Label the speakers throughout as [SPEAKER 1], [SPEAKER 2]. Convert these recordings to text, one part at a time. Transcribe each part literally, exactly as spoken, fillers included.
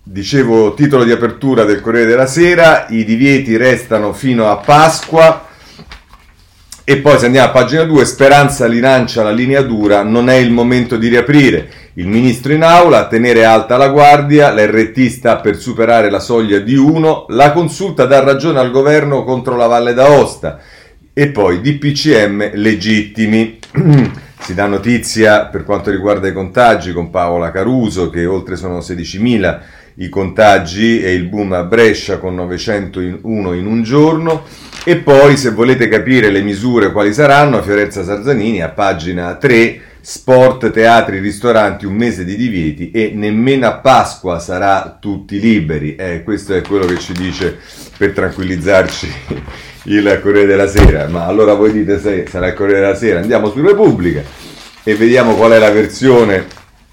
[SPEAKER 1] Dicevo, titolo di apertura del Corriere della Sera, i divieti restano fino a Pasqua. E poi se andiamo a pagina due, Speranza rilancia la linea dura, non è il momento di riaprire. Il ministro in aula, tenere alta la guardia, l'R T sta per superare la soglia di uno, la consulta dà ragione al governo contro la Valle d'Aosta. E poi D P C M legittimi. Si dà notizia per quanto riguarda i contagi con Paola Caruso, che oltre sono sedicimila i contagi e il boom a Brescia con novecentouno in un giorno. E poi, se volete capire le misure quali saranno, Fiorenza Sarzanini a pagina tre, sport, teatri, ristoranti, un mese di divieti e nemmeno a Pasqua sarà tutti liberi. Eh, questo è quello che ci dice, per tranquillizzarci, il Corriere della Sera. Ma allora voi dite se sarà il Corriere della Sera? Andiamo su Repubblica e vediamo qual è la versione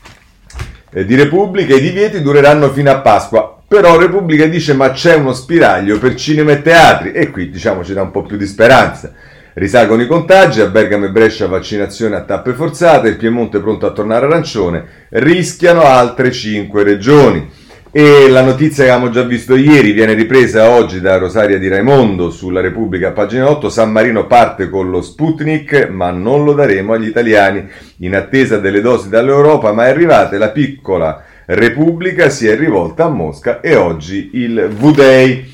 [SPEAKER 1] eh, di Repubblica. I divieti dureranno fino a Pasqua. Però Repubblica dice ma c'è uno spiraglio per cinema e teatri, e qui diciamo ci dà un po' più di speranza. Risalgono i contagi, a Bergamo e Brescia vaccinazione a tappe forzate, il Piemonte pronto a tornare arancione, rischiano altre cinque regioni. E la notizia che avevamo già visto ieri viene ripresa oggi da Rosaria Di Raimondo sulla Repubblica, pagina otto, San Marino parte con lo Sputnik ma non lo daremo agli italiani, in attesa delle dosi dall'Europa, ma è arrivata la piccola Repubblica si è rivolta a Mosca e oggi il V-Day.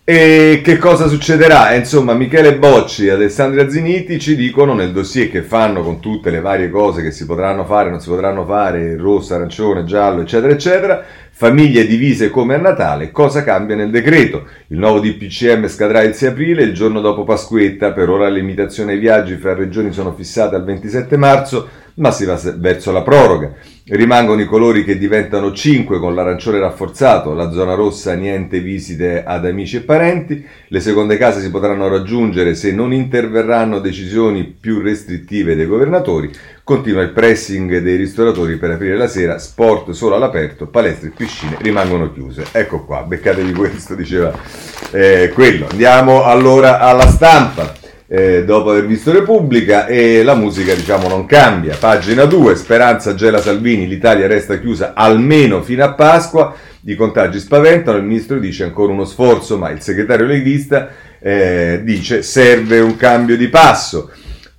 [SPEAKER 1] E che cosa succederà? Eh, insomma, Michele Bocci e Alessandria Ziniti ci dicono nel dossier che fanno con tutte le varie cose che si potranno fare, non si potranno fare, rosso, arancione, giallo, eccetera, eccetera, famiglie divise come a Natale, cosa cambia nel decreto? Il nuovo D P C M scadrà il sei aprile, il giorno dopo Pasquetta, per ora le limitazioni ai viaggi fra regioni sono fissate al ventisette marzo, ma si va verso la proroga. Rimangono i colori che diventano cinque con l'arancione rafforzato, la zona rossa niente visite ad amici e parenti, le seconde case si potranno raggiungere se non interverranno decisioni più restrittive dei governatori, continua il pressing dei ristoratori per aprire la sera, sport solo all'aperto, palestre e piscine rimangono chiuse. Ecco qua, beccatevi questo, diceva eh, quello. Andiamo allora alla Stampa. Eh, dopo aver visto Repubblica, e la musica diciamo non cambia. Pagina due, Speranza gela Salvini, l'Italia resta chiusa almeno fino a Pasqua, i contagi spaventano, il ministro dice ancora uno sforzo, ma il segretario leghista eh, dice serve un cambio di passo.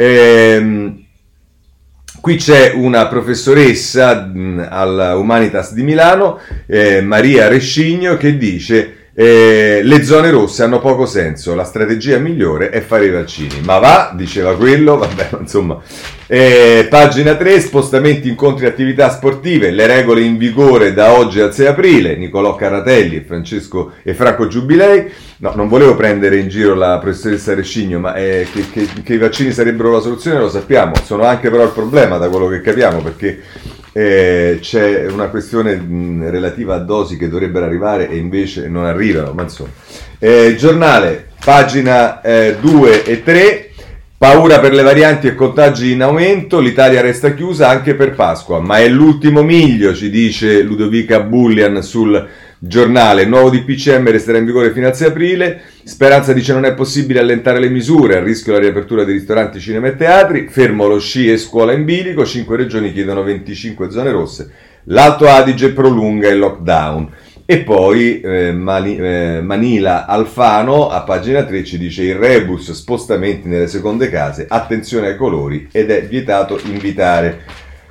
[SPEAKER 1] Ehm, Qui c'è una professoressa mh, alla Humanitas di Milano, eh, Maria Rescigno, che dice Eh, le zone rosse hanno poco senso, la strategia migliore è fare i vaccini. Ma va, diceva quello, vabbè, insomma. Eh, pagina tre, spostamenti, incontri e attività sportive, le regole in vigore da oggi al sei aprile, Nicolò Carratelli e Francesco e Franco Giubilei. No, non volevo prendere in giro la professoressa Rescigno, ma eh, che, che, che i vaccini sarebbero la soluzione lo sappiamo, sono anche però il problema da quello che capiamo, perché Eh, c'è una questione mh, relativa a dosi che dovrebbero arrivare e invece non arrivano, ma insomma. Eh, giornale, pagina eh, due e tre, paura per le varianti e contagi in aumento, l'Italia resta chiusa anche per Pasqua, ma è l'ultimo miglio, ci dice Ludovica Bullian sul giornale, nuovo D P C M resterà in vigore fino al sei aprile, Speranza dice non è possibile allentare le misure, a rischio la riapertura di ristoranti, cinema e teatri, fermo lo sci e scuola in bilico, cinque regioni chiedono venticinque zone rosse, l'Alto Adige prolunga il lockdown. E poi eh, Mani, eh, Manila Alfano a pagina tre ci dice il rebus, spostamenti nelle seconde case, attenzione ai colori ed è vietato invitare.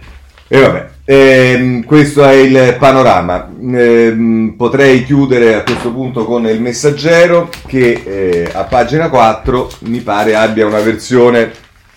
[SPEAKER 1] E vabbè, ehm, questo è il panorama. Ehm, potrei chiudere a questo punto con il Messaggero che eh, a pagina quattro mi pare abbia una versione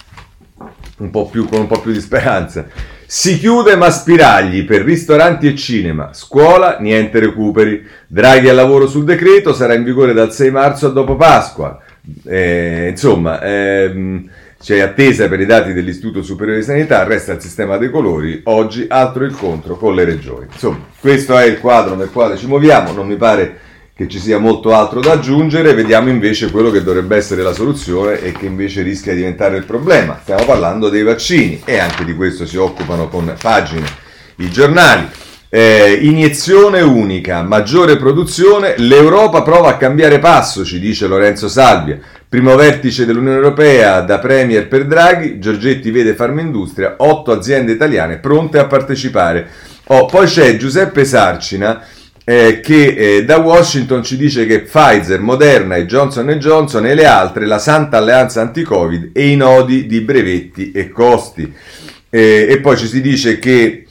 [SPEAKER 1] un po' più, con un po' più di speranza. Si chiude ma spiragli per ristoranti e cinema, scuola niente recuperi, Draghi al lavoro sul decreto, sarà in vigore dal sei marzo a dopo Pasqua. Eh, insomma, ehm, c'è attesa per i dati dell'Istituto Superiore di Sanità, resta il sistema dei colori, oggi altro incontro con le regioni. Insomma, questo è il quadro nel quale ci muoviamo, non mi pare che ci sia molto altro da aggiungere, vediamo invece quello che dovrebbe essere la soluzione e che invece rischia di diventare il problema. Stiamo parlando dei vaccini e anche di questo si occupano con pagine i giornali. Eh, iniezione unica, maggiore produzione, l'Europa prova a cambiare passo, ci dice Lorenzo Salvia. Primo vertice dell'Unione Europea da Premier per Draghi, Giorgetti vede Farmindustria, otto aziende italiane pronte a partecipare. Oh, poi c'è Giuseppe Sarcina, eh, che eh, da Washington ci dice che Pfizer, Moderna e Johnson and Johnson e le altre, la santa alleanza anti-Covid e i nodi di brevetti e costi. Eh, e poi ci si dice che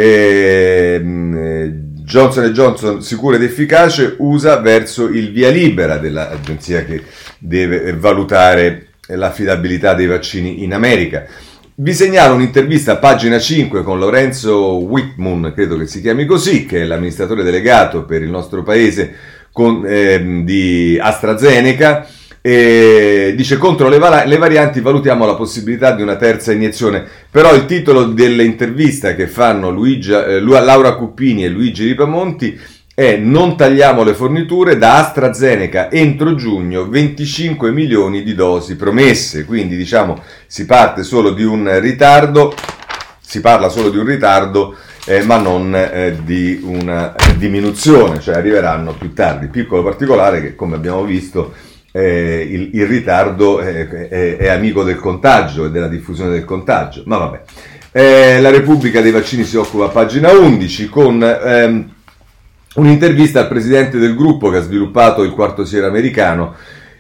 [SPEAKER 1] eh, Johnson and Johnson, sicuro ed efficace, usa verso il via libera dell'agenzia che deve valutare l'affidabilità dei vaccini in America. Vi segnalo un'intervista a pagina cinque con Lorenzo Whitman, credo che si chiami così, che è l'amministratore delegato per il nostro paese con, eh, di AstraZeneca. E dice: contro le, val- le varianti valutiamo la possibilità di una terza iniezione. Però il titolo dell'intervista che fanno Luigia, eh, Laura Cuppini e Luigi Ripamonti è: non tagliamo le forniture, da AstraZeneca entro giugno venticinque milioni di dosi promesse. Quindi diciamo si parte solo di un ritardo, si parla solo di un ritardo eh, ma non eh, di una diminuzione, cioè arriveranno più tardi. Piccolo particolare che, come abbiamo visto, Eh, il, il ritardo è, è, è amico del contagio e della diffusione del contagio, ma vabbè. Eh, la Repubblica dei vaccini si occupa a pagina undici con ehm, un'intervista al presidente del gruppo che ha sviluppato il quarto siero americano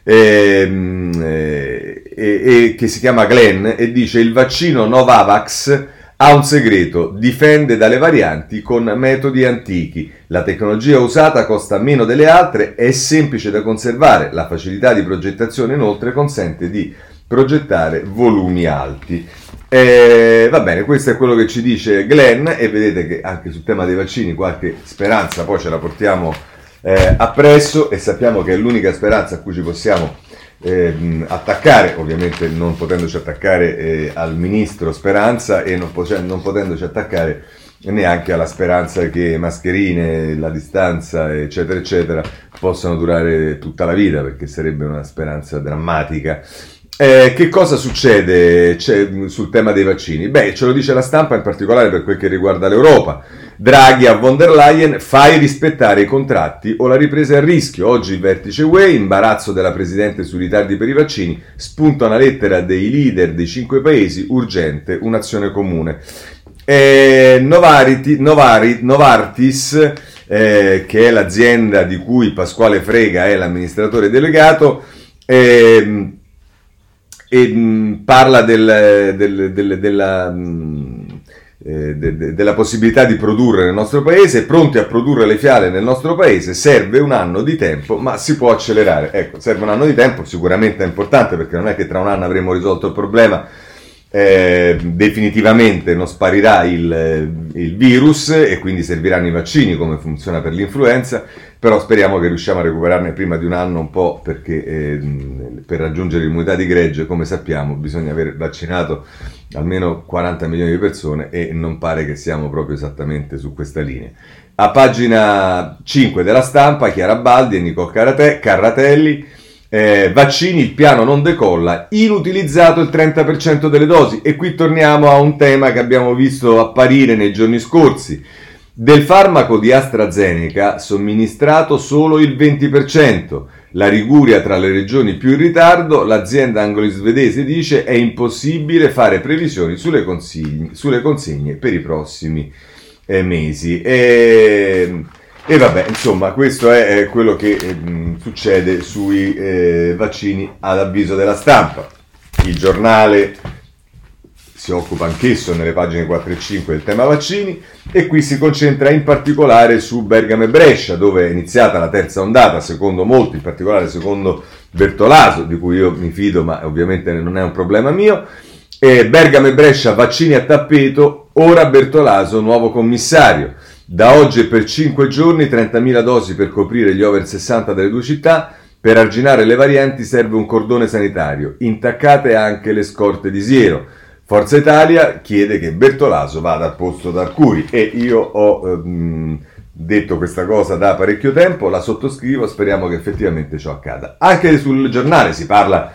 [SPEAKER 1] ehm, eh, e, e che si chiama Glenn, e dice: il vaccino Novavax ha un segreto, difende dalle varianti con metodi antichi. La tecnologia usata costa meno delle altre, è semplice da conservare. La facilità di progettazione inoltre consente di progettare volumi alti. Eh, va bene, questo è quello che ci dice Glenn, e vedete che anche sul tema dei vaccini qualche speranza poi ce la portiamo eh, appresso, e sappiamo che è l'unica speranza a cui ci possiamo Eh, attaccare, ovviamente non potendoci attaccare eh, al ministro Speranza e non, po- non potendoci attaccare neanche alla speranza che mascherine, la distanza eccetera eccetera possano durare tutta la vita, perché sarebbe una speranza drammatica. Eh, che cosa succede C'è, sul tema dei vaccini? Beh, ce lo dice la stampa, in particolare per quel che riguarda l'Europa. Draghi a von der Leyen: fai rispettare i contratti o la ripresa è a rischio. Oggi il vertice U E, imbarazzo della Presidente sui ritardi per i vaccini, spunta una lettera dei leader dei cinque paesi, urgente un'azione comune. Eh, Novariti, Novari, Novartis, eh, che è l'azienda di cui Pasquale Frega è l'amministratore delegato, eh, e mh, parla del, del, del, della, mh, eh, de, de, della possibilità di produrre nel nostro paese, pronti a produrre le fiale nel nostro paese. Serve un anno di tempo, ma si può accelerare. Ecco, serve un anno di tempo, sicuramente è importante, perché non è che tra un anno avremo risolto il problema. Eh, definitivamente non sparirà il, il virus e quindi serviranno i vaccini, come funziona per l'influenza, però speriamo che riusciamo a recuperarne prima di un anno un po', perché eh, per raggiungere l'immunità di gregge, come sappiamo, bisogna aver vaccinato almeno quaranta milioni di persone, e non pare che siamo proprio esattamente su questa linea. A pagina cinque della stampa, Chiara Baldi e Nico Carate- Carratelli. Eh, vaccini, il piano non decolla, inutilizzato il trenta per cento delle dosi. E qui torniamo a un tema che abbiamo visto apparire nei giorni scorsi. Del farmaco di AstraZeneca somministrato solo il venti per cento. La Liguria tra le regioni più in ritardo. L'azienda anglo-svedese dice: è impossibile fare previsioni sulle, consigli- sulle consegne per i prossimi eh, mesi. E... E vabbè, insomma, questo è, è quello che eh, succede sui eh, vaccini ad avviso della stampa. Il Giornale si occupa anch'esso nelle pagine quattro e cinque del tema vaccini, e qui si concentra in particolare su Bergamo e Brescia, dove è iniziata la terza ondata, secondo molti, in particolare secondo Bertolaso, di cui io mi fido, ma ovviamente non è un problema mio. E Bergamo e Brescia, vaccini a tappeto, ora Bertolaso, nuovo commissario. Da oggi e per cinque giorni trentamila dosi per coprire gli over sessanta delle due città. Per arginare le varianti serve un cordone sanitario, intaccate anche le scorte di Siero. Forza Italia chiede che Bertolaso vada al posto d'Arcuri, e io ho ehm, detto questa cosa da parecchio tempo, la sottoscrivo, speriamo che effettivamente ciò accada. Anche sul Giornale si parla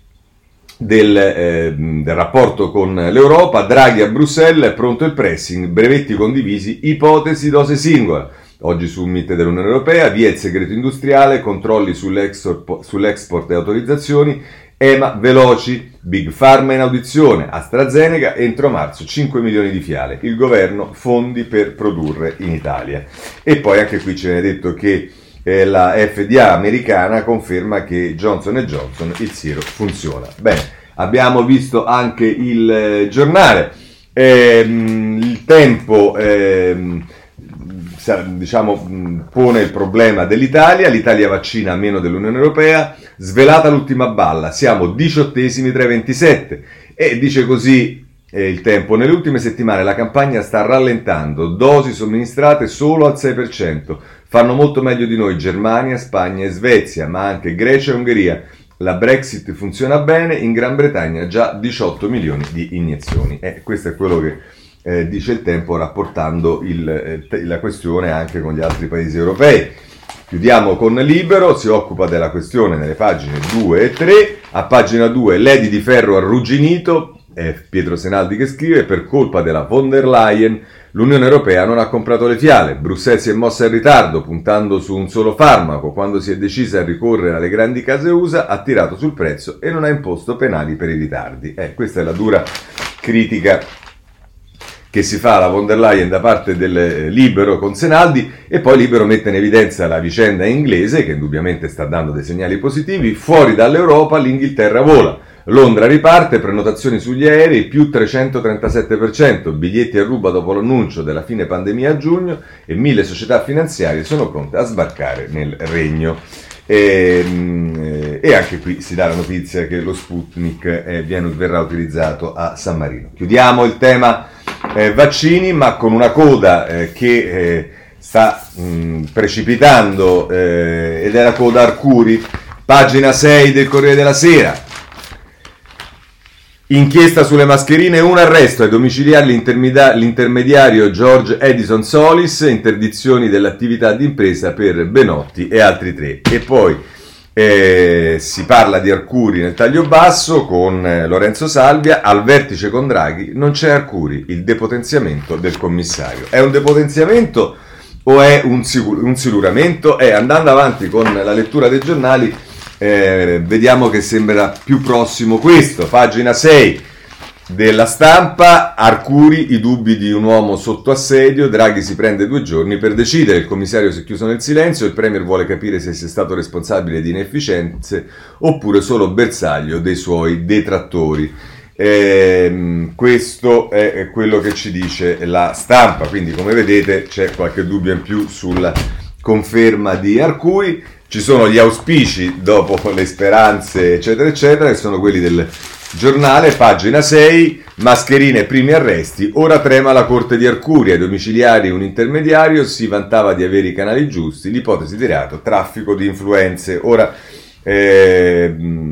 [SPEAKER 1] Del, eh, del rapporto con l'Europa. Draghi a Bruxelles, pronto il pressing, brevetti condivisi, ipotesi dose singola. Oggi summit dell'Unione Europea, via il segreto industriale, controlli sull'export, sull'export e autorizzazioni, E M A veloci, Big Pharma in audizione, AstraZeneca entro marzo cinque milioni di fiale, il governo fondi per produrre in Italia. E poi anche qui ci viene detto che eh, la F D A americana conferma che Johnson and Johnson il siero funziona. Bene, abbiamo visto anche il eh, giornale, ehm, il Tempo ehm, diciamo pone il problema dell'Italia, l'Italia vaccina meno dell'Unione Europea, svelata l'ultima balla, siamo diciottesimi tra i ventisette e dice così eh, il Tempo, nelle ultime settimane la campagna sta rallentando, dosi somministrate solo al sei per cento, fanno molto meglio di noi Germania, Spagna e Svezia, ma anche Grecia e Ungheria. La Brexit funziona bene, in Gran Bretagna già diciotto milioni di iniezioni. E eh, questo è quello che eh, dice il Tempo, rapportando il, eh, la questione anche con gli altri paesi europei. Chiudiamo con Libero, si occupa della questione nelle pagine due e tre. A pagina due, Lady di Ferro arrugginito, è Pietro Senaldi che scrive, per colpa della von der Leyen l'Unione Europea non ha comprato le fiale, Bruxelles si è mossa in ritardo puntando su un solo farmaco, quando si è decisa a ricorrere alle grandi case U S A ha tirato sul prezzo e non ha imposto penali per i ritardi. Eh, questa è la dura critica che si fa alla von der Leyen da parte del Libero con Senaldi, e poi Libero mette in evidenza la vicenda inglese che indubbiamente sta dando dei segnali positivi, fuori dall'Europa l'Inghilterra vola. Londra riparte, prenotazioni sugli aerei più trecentotrentasette per cento, biglietti a ruba dopo l'annuncio della fine pandemia a giugno e mille società finanziarie sono pronte a sbarcare nel Regno. E, e anche qui si dà la notizia che lo Sputnik eh, viene, verrà utilizzato a San Marino. Chiudiamo il tema eh, vaccini, ma con una coda eh, che eh, sta mh, precipitando eh, ed è la coda Arcuri, pagina sei del Corriere della Sera. Inchiesta sulle mascherine, un arresto ai domiciliari l'intermediario George Edison Solis, interdizioni dell'attività d'impresa per Benotti e altri tre. E poi eh, si parla di Arcuri nel taglio basso con eh, Lorenzo Salvia, al vertice con Draghi non c'è Arcuri, il depotenziamento del commissario. È un depotenziamento o è un, sicur- un siluramento? E andando avanti con la lettura dei giornali, Eh, vediamo che sembra più prossimo questo, pagina sei della Stampa, Arcuri, i dubbi di un uomo sotto assedio, Draghi si prende due giorni per decidere, il commissario si è chiuso nel silenzio, il premier vuole capire se sia stato responsabile di inefficienze oppure solo bersaglio dei suoi detrattori. Eh, questo è quello che ci dice la Stampa, quindi come vedete c'è qualche dubbio in più sulla conferma di Arcuri. Ci sono gli auspici dopo le speranze eccetera eccetera, che sono quelli del giornale, pagina sei, mascherine primi arresti, ora trema la corte di Arcuri, ai domiciliari un intermediario, si vantava di avere i canali giusti, l'ipotesi di reato, traffico di influenze. Ora, eh,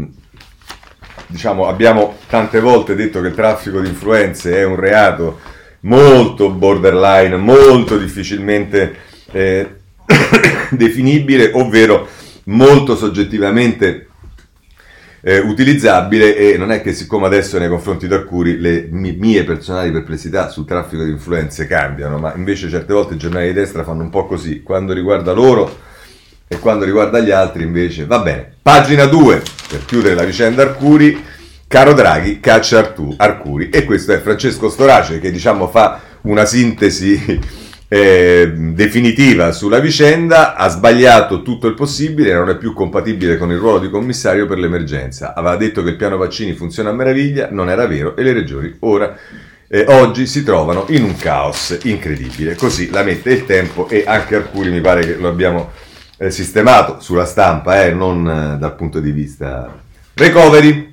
[SPEAKER 1] diciamo, abbiamo tante volte detto che il traffico di influenze è un reato molto borderline, molto difficilmente eh, definibile, ovvero molto soggettivamente eh, utilizzabile, e non è che siccome adesso nei confronti di Arcuri le mie, mie personali perplessità sul traffico di influenze cambiano, ma invece certe volte i giornali di destra fanno un po' così, quando riguarda loro e quando riguarda gli altri invece va bene. Pagina due, per chiudere la vicenda Arcuri, caro Draghi caccia Artu, Arcuri, e questo è Francesco Storace che diciamo fa una sintesi Eh, definitiva sulla vicenda. Ha sbagliato tutto il possibile, non è più compatibile con il ruolo di commissario per l'emergenza, aveva detto che il piano vaccini funziona a meraviglia, non era vero, e le regioni ora eh, oggi si trovano in un caos incredibile. Così la mette il Tempo, e anche Arcuri mi pare che lo abbiamo eh, sistemato sulla Stampa, eh, non eh, dal punto di vista recovery.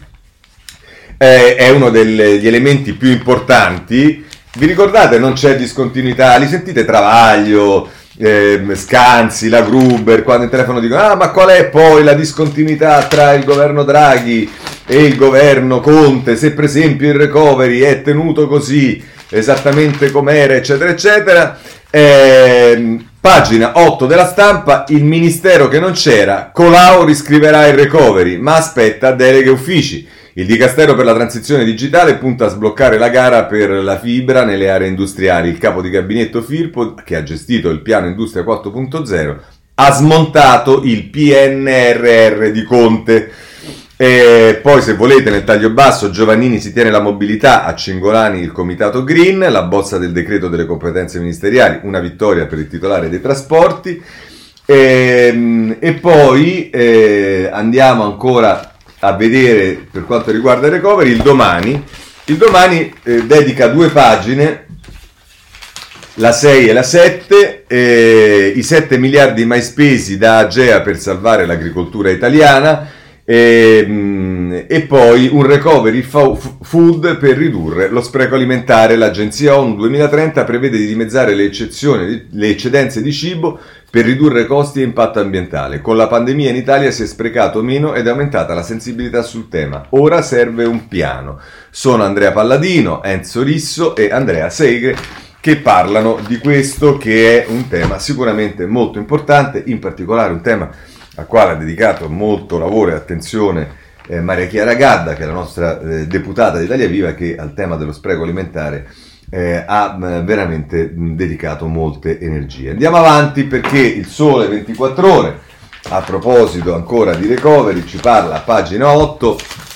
[SPEAKER 1] Eh, è uno degli elementi più importanti. Vi ricordate, non c'è discontinuità, li sentite Travaglio, eh, Scanzi, la Gruber, quando in telefono dicono ah ma qual è poi la discontinuità tra il governo Draghi e il governo Conte, se per esempio il recovery è tenuto così, esattamente com'era, eccetera, eccetera. Eh, pagina otto della Stampa, il ministero che non c'era, Colao riscriverà il recovery, ma aspetta deleghe uffici. Il Dicastero per la transizione digitale punta a sbloccare la gara per la fibra nelle aree industriali. Il capo di gabinetto Firpo, che ha gestito il piano Industria quattro punto zero, ha smontato il P N R R di Conte. E poi, se volete, nel taglio basso, Giovannini si tiene la mobilità, a Cingolani il comitato green, la bozza del decreto delle competenze ministeriali, una vittoria per il titolare dei trasporti. E, e poi eh, andiamo ancora a vedere, per quanto riguarda il recovery, il Domani. Il Domani eh, dedica due pagine, la sei e la sette, eh, i sette miliardi mai spesi da Agea per salvare l'agricoltura italiana. E, e poi un recovery food per ridurre lo spreco alimentare. L'agenzia ONU duemilatrenta prevede di dimezzare le, eccezioni, le eccedenze di cibo per ridurre costi e impatto ambientale. Con la pandemia in Italia si è sprecato meno ed è aumentata la sensibilità sul tema. Ora serve un piano. Sono Andrea Palladino, Enzo Risso e Andrea Segre che parlano di questo, che è un tema sicuramente molto importante, in particolare un tema al quale ha dedicato molto lavoro e attenzione eh, Maria Chiara Gadda, che è la nostra eh, deputata di Italia Viva, che al tema dello spreco alimentare eh, ha eh, veramente mh, dedicato molte energie. Andiamo avanti, perché il Sole ventiquattro Ore, a proposito ancora di recovery, ci parla a pagina otto.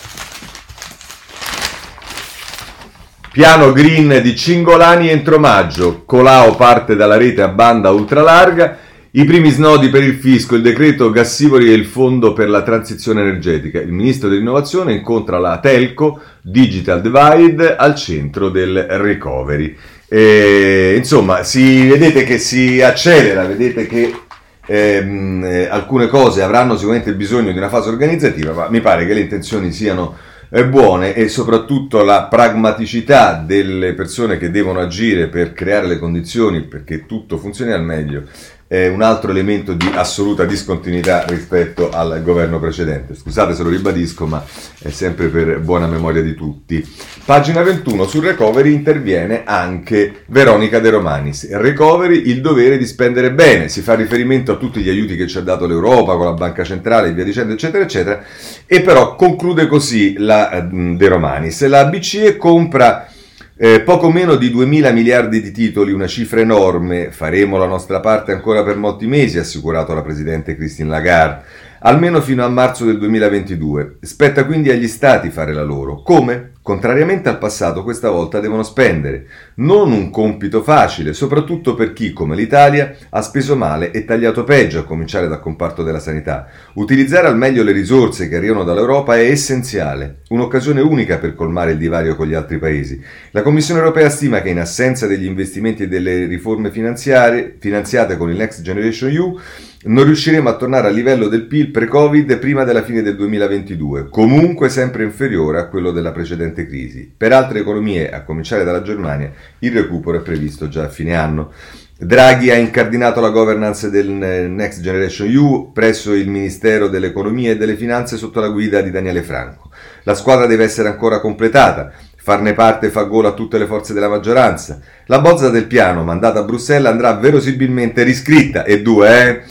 [SPEAKER 1] Piano green di Cingolani entro maggio, Colao parte dalla rete a banda ultralarga. I primi snodi per il fisco, il decreto Gassivori e il fondo per la transizione energetica. Il ministro dell'innovazione incontra la Telco, Digital Divide, al centro del recovery. E, insomma, si, vedete che si accelera, vedete che ehm, eh, alcune cose avranno sicuramente bisogno di una fase organizzativa, ma mi pare che le intenzioni siano eh, buone, e soprattutto la pragmaticità delle persone che devono agire per creare le condizioni perché tutto funzioni al meglio è un altro elemento di assoluta discontinuità rispetto al governo precedente. Scusate se lo ribadisco, ma è sempre per buona memoria di tutti. Pagina ventuno, sul recovery interviene anche Veronica De Romanis. Recovery, il dovere di spendere bene. Si fa riferimento a tutti gli aiuti che ci ha dato l'Europa con la Banca Centrale e via dicendo, eccetera, eccetera. E però conclude così la De Romanis. La B C E compra Eh, poco meno di duemila miliardi di titoli, una cifra enorme. Faremo la nostra parte ancora per molti mesi, ha assicurato la presidente Christine Lagarde, almeno fino a marzo del duemilaventidue. Spetta quindi agli stati fare la loro. Come? Contrariamente al passato, questa volta devono spendere. Non un compito facile, soprattutto per chi, come l'Italia, ha speso male e tagliato peggio, a cominciare dal comparto della sanità. Utilizzare al meglio le risorse che arrivano dall'Europa è essenziale, un'occasione unica per colmare il divario con gli altri paesi. La Commissione europea stima che in assenza degli investimenti e delle riforme finanziarie, finanziate con il Next Generation E U, non riusciremo a tornare al livello del P I L pre-Covid prima della fine del duemilaventidue, comunque sempre inferiore a quello della precedente crisi. Per altre economie, a cominciare dalla Germania, il recupero è previsto già a fine anno. Draghi ha incardinato la governance del Next Generation E U presso il Ministero dell'Economia e delle Finanze sotto la guida di Daniele Franco. La squadra deve essere ancora completata. Farne parte fa gola a tutte le forze della maggioranza. La bozza del piano mandata a Bruxelles andrà verosimilmente riscritta, e due, eh?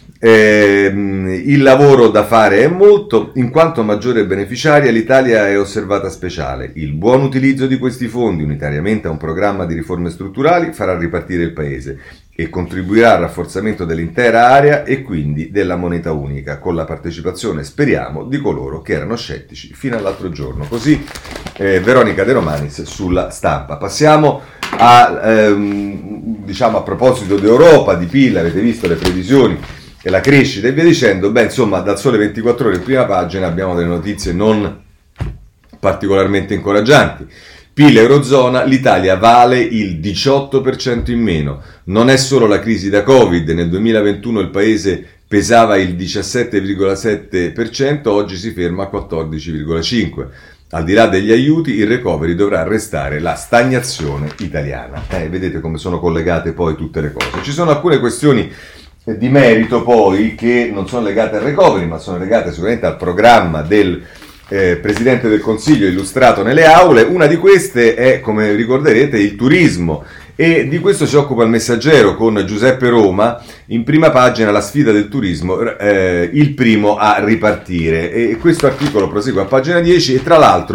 [SPEAKER 1] Eh, il lavoro da fare è molto, in quanto maggiore beneficiaria l'Italia è osservata speciale. Il buon utilizzo di questi fondi, unitariamente a un programma di riforme strutturali, farà ripartire il Paese e contribuirà al rafforzamento dell'intera area e quindi della moneta unica, con la partecipazione, speriamo, di coloro che erano scettici fino all'altro giorno. Così eh, Veronica De Romanis sulla Stampa. Passiamo a, ehm, diciamo, a proposito di Europa, di P I L, avete visto le previsioni e la crescita e via dicendo. Beh, insomma, dal Sole ventiquattro Ore in prima pagina abbiamo delle notizie non particolarmente incoraggianti. P I L Eurozona, l'Italia vale il diciotto per cento in meno. Non è solo la crisi da Covid, nel duemilaventuno il paese pesava il diciassette virgola sette per cento, oggi si ferma a quattordici virgola cinque per cento. Al di là degli aiuti, il recovery dovrà restare la stagnazione italiana. Eh, vedete come sono collegate poi tutte le cose. Ci sono alcune questioni di merito poi che non sono legate al recovery, ma sono legate sicuramente al programma del eh, Presidente del Consiglio illustrato nelle aule. Una di queste è, come ricorderete, il turismo, e di questo si occupa il Messaggero con Giuseppe Roma. In prima pagina la sfida del turismo, eh, il primo a ripartire, e questo articolo prosegue a pagina dieci, e tra l'altro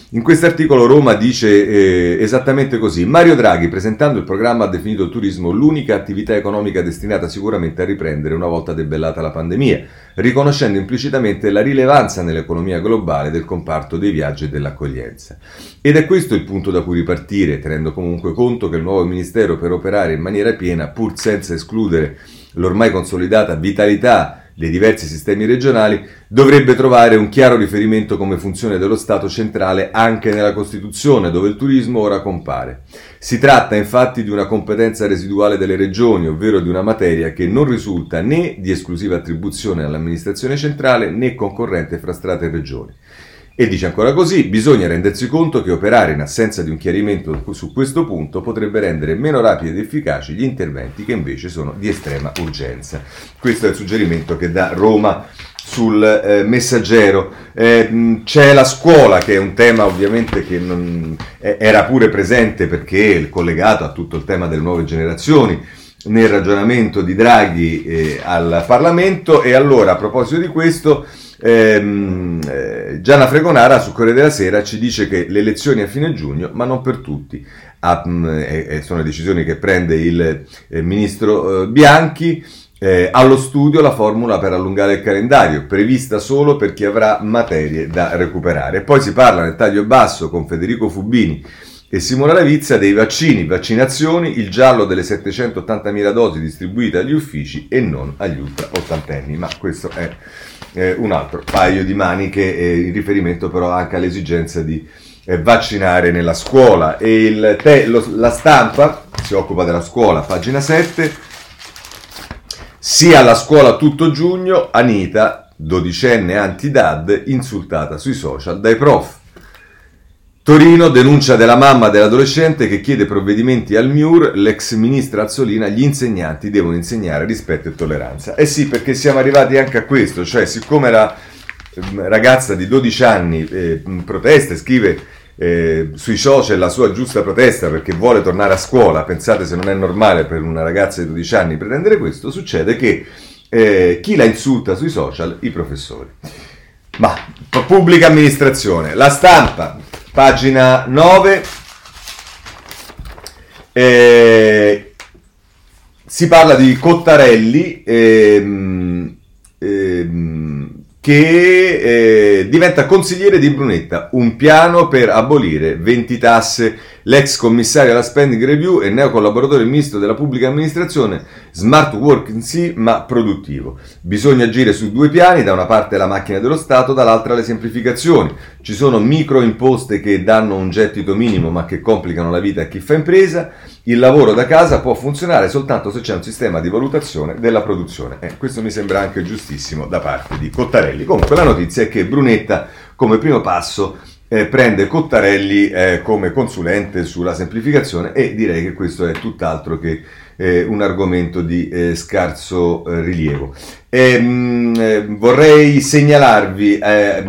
[SPEAKER 1] In questo articolo Roma dice eh, esattamente così: Mario Draghi, presentando il programma, ha definito il turismo l'unica attività economica destinata sicuramente a riprendere una volta debellata la pandemia, riconoscendo implicitamente la rilevanza nell'economia globale del comparto dei viaggi e dell'accoglienza. Ed è questo il punto da cui ripartire, tenendo comunque conto che il nuovo Ministero, per operare in maniera piena, pur senza escludere l'ormai consolidata vitalità dei diversi sistemi regionali, dovrebbe trovare un chiaro riferimento come funzione dello Stato centrale anche nella Costituzione, dove il turismo ora compare. Si tratta infatti di una competenza residuale delle regioni, ovvero di una materia che non risulta né di esclusiva attribuzione all'amministrazione centrale né concorrente fra Stato e regioni. E dice ancora così: bisogna rendersi conto che operare in assenza di un chiarimento su questo punto potrebbe rendere meno rapidi ed efficaci gli interventi che invece sono di estrema urgenza. Questo è il suggerimento che dà Roma sul eh, Messaggero. Eh, c'è la scuola, che è un tema ovviamente che non, eh, era pure presente perché è collegato a tutto il tema delle nuove generazioni nel ragionamento di Draghi eh, al Parlamento. E allora, a proposito di questo, Ehm, eh, Gianna Fregonara su Corriere della Sera ci dice che le elezioni a fine giugno, ma non per tutti. Ah, mh, eh, sono decisioni che prende il eh, ministro eh, Bianchi. Eh, allo studio la formula per allungare il calendario, prevista solo per chi avrà materie da recuperare. E poi si parla nel taglio basso con Federico Fubini e Simona Lavizia dei vaccini, vaccinazioni, il giallo delle settecentottantamila dosi distribuite agli uffici e non agli ultra ottantenni. Ma questo è eh, un altro paio di maniche, eh, in riferimento però anche all'esigenza di eh, vaccinare nella scuola. E il te, lo, la Stampa si occupa della scuola, pagina sette. Sia alla scuola tutto giugno, Anita, dodicenne anti-D A D, insultata sui social dai prof. Torino, denuncia della mamma dell'adolescente che chiede provvedimenti al M I U R, l'ex ministra Azzolina: gli insegnanti devono insegnare rispetto e tolleranza. Eh sì, perché siamo arrivati anche a questo, cioè siccome la ragazza di dodici anni eh, protesta e scrive eh, sui social la sua giusta protesta perché vuole tornare a scuola, pensate se non è normale per una ragazza di dodici anni pretendere questo, succede che eh, chi la insulta sui social? I professori. Ma pubblica amministrazione, La Stampa, pagina nove, eh, si parla di Cottarelli ehm, ehm, che eh, diventa consigliere di Brunetta, un piano per abolire venti tasse. L'ex commissario alla spending review e neo collaboratore del ministro della pubblica amministrazione, smart working sì, ma produttivo. Bisogna agire su due piani: da una parte la macchina dello Stato, dall'altra le semplificazioni. Ci sono micro imposte che danno un gettito minimo ma che complicano la vita a chi fa impresa. Il lavoro da casa può funzionare soltanto se c'è un sistema di valutazione della produzione. Eh, questo mi sembra anche giustissimo da parte di Cottarelli. Comunque la notizia è che Brunetta, come primo passo, Eh, prende Cottarelli eh, come consulente sulla semplificazione, e direi che questo è tutt'altro che eh, un argomento di eh, scarso eh, rilievo. E, mh, eh, vorrei segnalarvi eh,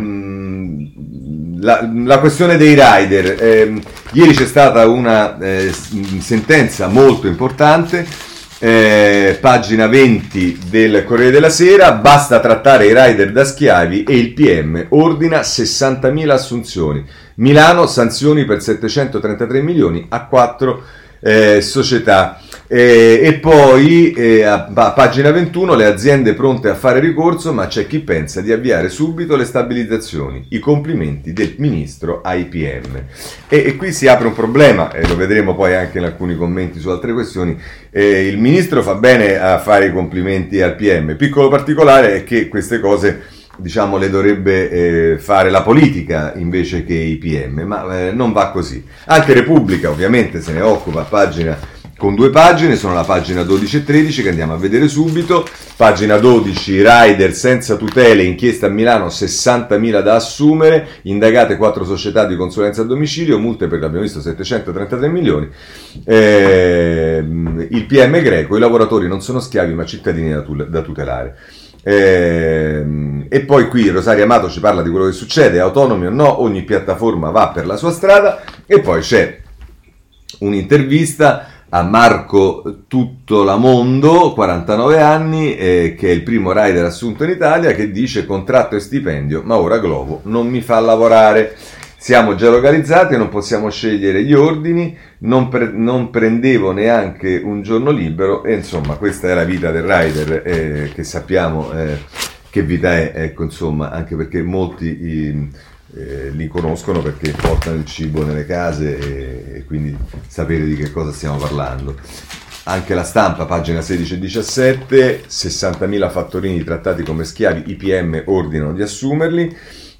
[SPEAKER 1] mh, la, la questione dei rider. Eh, ieri c'è stata una eh, sentenza molto importante. Eh, pagina venti del Corriere della Sera: basta trattare i rider da schiavi e il P M ordina sessantamila assunzioni. Milano, sanzioni per settecentotrentatré milioni a quattro eh, società. Eh, e poi eh, a, a pagina ventuno: le aziende pronte a fare ricorso, ma c'è chi pensa di avviare subito le stabilizzazioni. I complimenti del ministro ai P M. E, e qui si apre un problema, e lo vedremo poi anche in alcuni commenti su altre questioni. Eh, il ministro fa bene a fare i complimenti al P M. Piccolo particolare è che queste cose, diciamo, le dovrebbe eh, fare la politica invece che i P M, ma eh, non va così. Anche Repubblica ovviamente se ne occupa, pagina con due pagine, sono la pagina dodici e tredici che andiamo a vedere subito. Pagina dodici: rider senza tutele, inchiesta a Milano, sessantamila da assumere, indagate quattro società di consulenza a domicilio, multe per, abbiamo visto, settecentotrentatré milioni. Eh, il P M greco: i lavoratori non sono schiavi ma cittadini da, tu- da tutelare. Eh, e poi qui Rosaria Amato ci parla di quello che succede: autonomi o no, ogni piattaforma va per la sua strada. E poi c'è un'intervista a Marco Tuttolamondo, quarantanove anni, eh, che è il primo rider assunto in Italia, che dice: contratto e stipendio, ma ora Glovo non mi fa lavorare. Siamo già localizzati e non possiamo scegliere gli ordini, non, pre- non prendevo neanche un giorno libero e insomma questa è la vita del rider eh, che sappiamo eh, che vita è, ecco insomma, anche perché molti i, eh, li conoscono perché portano il cibo nelle case e, e quindi sapete di che cosa stiamo parlando. Anche La Stampa, pagina sedici e diciassette, sessantamila fattorini trattati come schiavi, I P M ordinano di assumerli.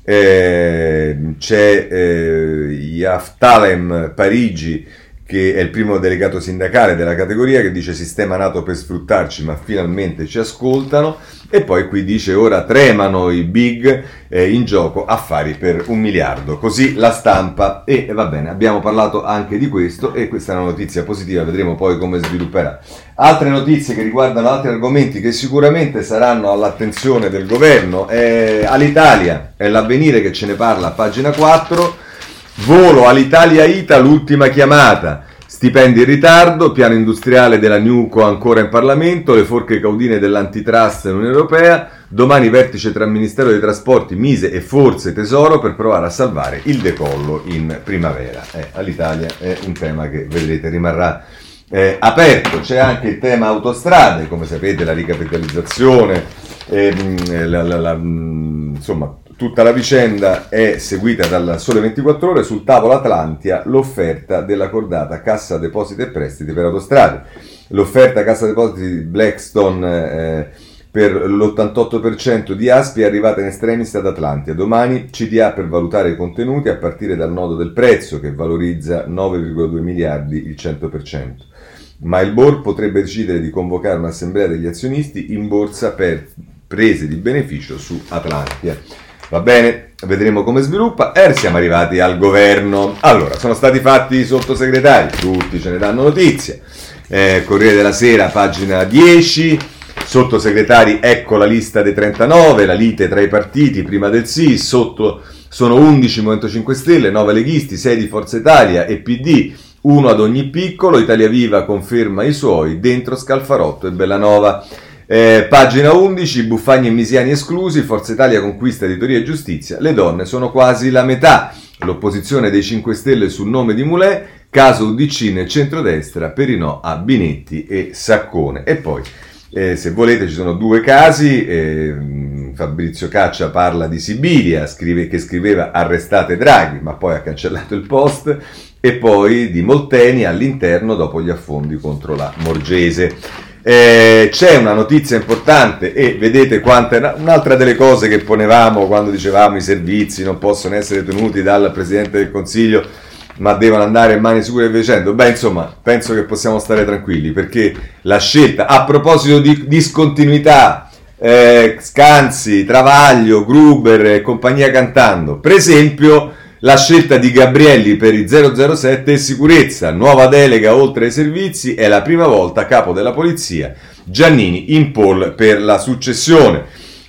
[SPEAKER 1] Eh, c'è eh, Yaftalem Parigi, che è il primo delegato sindacale della categoria, che dice sistema nato per sfruttarci ma finalmente ci ascoltano, e poi qui dice ora tremano i big, eh, in gioco affari per un miliardo, così La Stampa. E va bene, abbiamo parlato anche di questo e questa è una notizia positiva, vedremo poi come svilupperà. Altre notizie che riguardano altri argomenti che sicuramente saranno all'attenzione del governo, eh, Alitalia, è l'Avvenire che ce ne parla a pagina quattro. Volo Alitalia-Ita, l'ultima chiamata, stipendi in ritardo, piano industriale della Newco ancora in Parlamento, le forche caudine dell'antitrust nell'Unione Europea, domani vertice tra Ministero dei Trasporti, Mise e forse Tesoro per provare a salvare il decollo in primavera. Eh, Alitalia è un tema che vedrete rimarrà eh, aperto. C'è anche il tema autostrade, come sapete la ricapitalizzazione, ehm, la, la, la, insomma tutta la vicenda è seguita dal Sole ventiquattro Ore. Sul tavolo Atlantia l'offerta della cordata Cassa Depositi e Prestiti per Autostrade. L'offerta Cassa Depositi Blackstone eh, per l'ottantotto per cento di Aspi è arrivata in extremis ad Atlantia. Domani C D A per valutare i contenuti a partire dal nodo del prezzo che valorizza nove virgola due miliardi il cento per cento. Ma il board potrebbe decidere di convocare un'assemblea degli azionisti in borsa per prese di beneficio su Atlantia. Va bene, vedremo come sviluppa. E siamo arrivati al governo. Allora, sono stati fatti i sottosegretari, tutti ce ne danno notizia. Eh, Corriere della Sera, pagina dieci, sottosegretari, ecco la lista dei trentanove, la lite tra i partiti prima del sì, sotto sono undici Movimento cinque Stelle, nove leghisti, sei di Forza Italia e P D, uno ad ogni piccolo, Italia Viva conferma i suoi, dentro Scalfarotto e Bellanova. Eh, pagina undici, Buffagni e Misiani esclusi, Forza Italia conquista editoria e giustizia, le donne sono quasi la metà, l'opposizione dei cinque Stelle sul nome di Mulè, caso U D C nel centrodestra per i no a Binetti e Saccone. E poi, eh, se volete, ci sono due casi, eh, Fabrizio Caccia parla di Sibilia, scrive, che scriveva arrestate Draghi, ma poi ha cancellato il post, e poi di Molteni all'interno dopo gli affondi contro la Morgese. Eh, c'è una notizia importante e vedete quanta, un'altra delle cose che ponevamo quando dicevamo i servizi non possono essere tenuti dal Presidente del Consiglio ma devono andare in mani sicure e via dicendo. Beh, insomma, penso che possiamo stare tranquilli perché la scelta, a proposito di discontinuità, eh, Scanzi, Travaglio, Gruber e compagnia cantando, per esempio la scelta di Gabrielli per i zero zero sette e sicurezza, nuova delega oltre ai servizi, è la prima volta capo della polizia, Giannini in poll per la successione.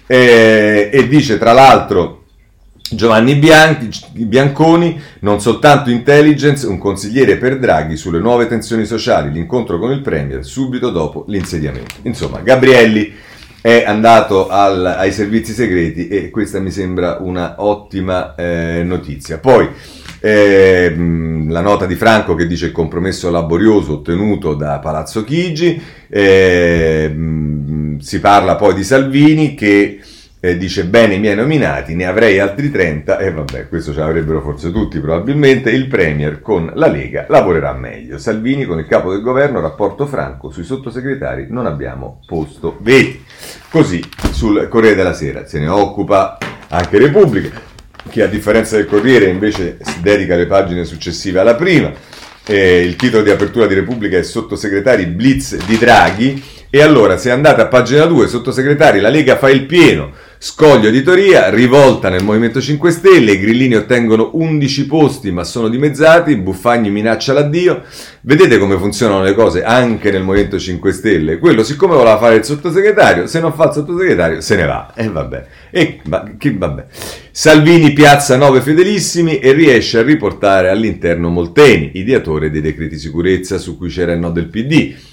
[SPEAKER 1] Eh, e dice tra l'altro Giovanni Bianchi, Bianconi, non soltanto intelligence, un consigliere per Draghi sulle nuove tensioni sociali, l'incontro con il Premier subito dopo l'insediamento. Insomma, Gabrielli è andato al, ai servizi segreti e questa mi sembra una ottima eh, notizia. Poi eh, la nota di Franco che dice il compromesso laborioso ottenuto da Palazzo Chigi, eh, si parla poi di Salvini che eh, dice bene i miei nominati, ne avrei altri trenta e vabbè, questo ce l'avrebbero forse tutti probabilmente, il Premier con la Lega lavorerà meglio. Salvini con il capo del governo, rapporto franco, sui sottosegretari non abbiamo posto veti. Così sul Corriere della Sera se ne occupa anche Repubblica, che a differenza del Corriere invece si dedica alle pagine successive alla prima. Eh, il titolo di apertura di Repubblica è sottosegretari blitz di Draghi. E allora, se andate a pagina due, sottosegretari, la Lega fa il pieno, scoglio editoria, rivolta nel Movimento cinque Stelle, i grillini ottengono undici posti ma sono dimezzati, Buffagni minaccia l'addio. Vedete come funzionano le cose anche nel Movimento cinque Stelle? Quello, siccome voleva fare il sottosegretario, se non fa il sottosegretario se ne va, e vabbè. E ma, che, vabbè. Salvini piazza nove fedelissimi e riesce a riportare all'interno Molteni, ideatore dei decreti sicurezza su cui c'era il no del P D.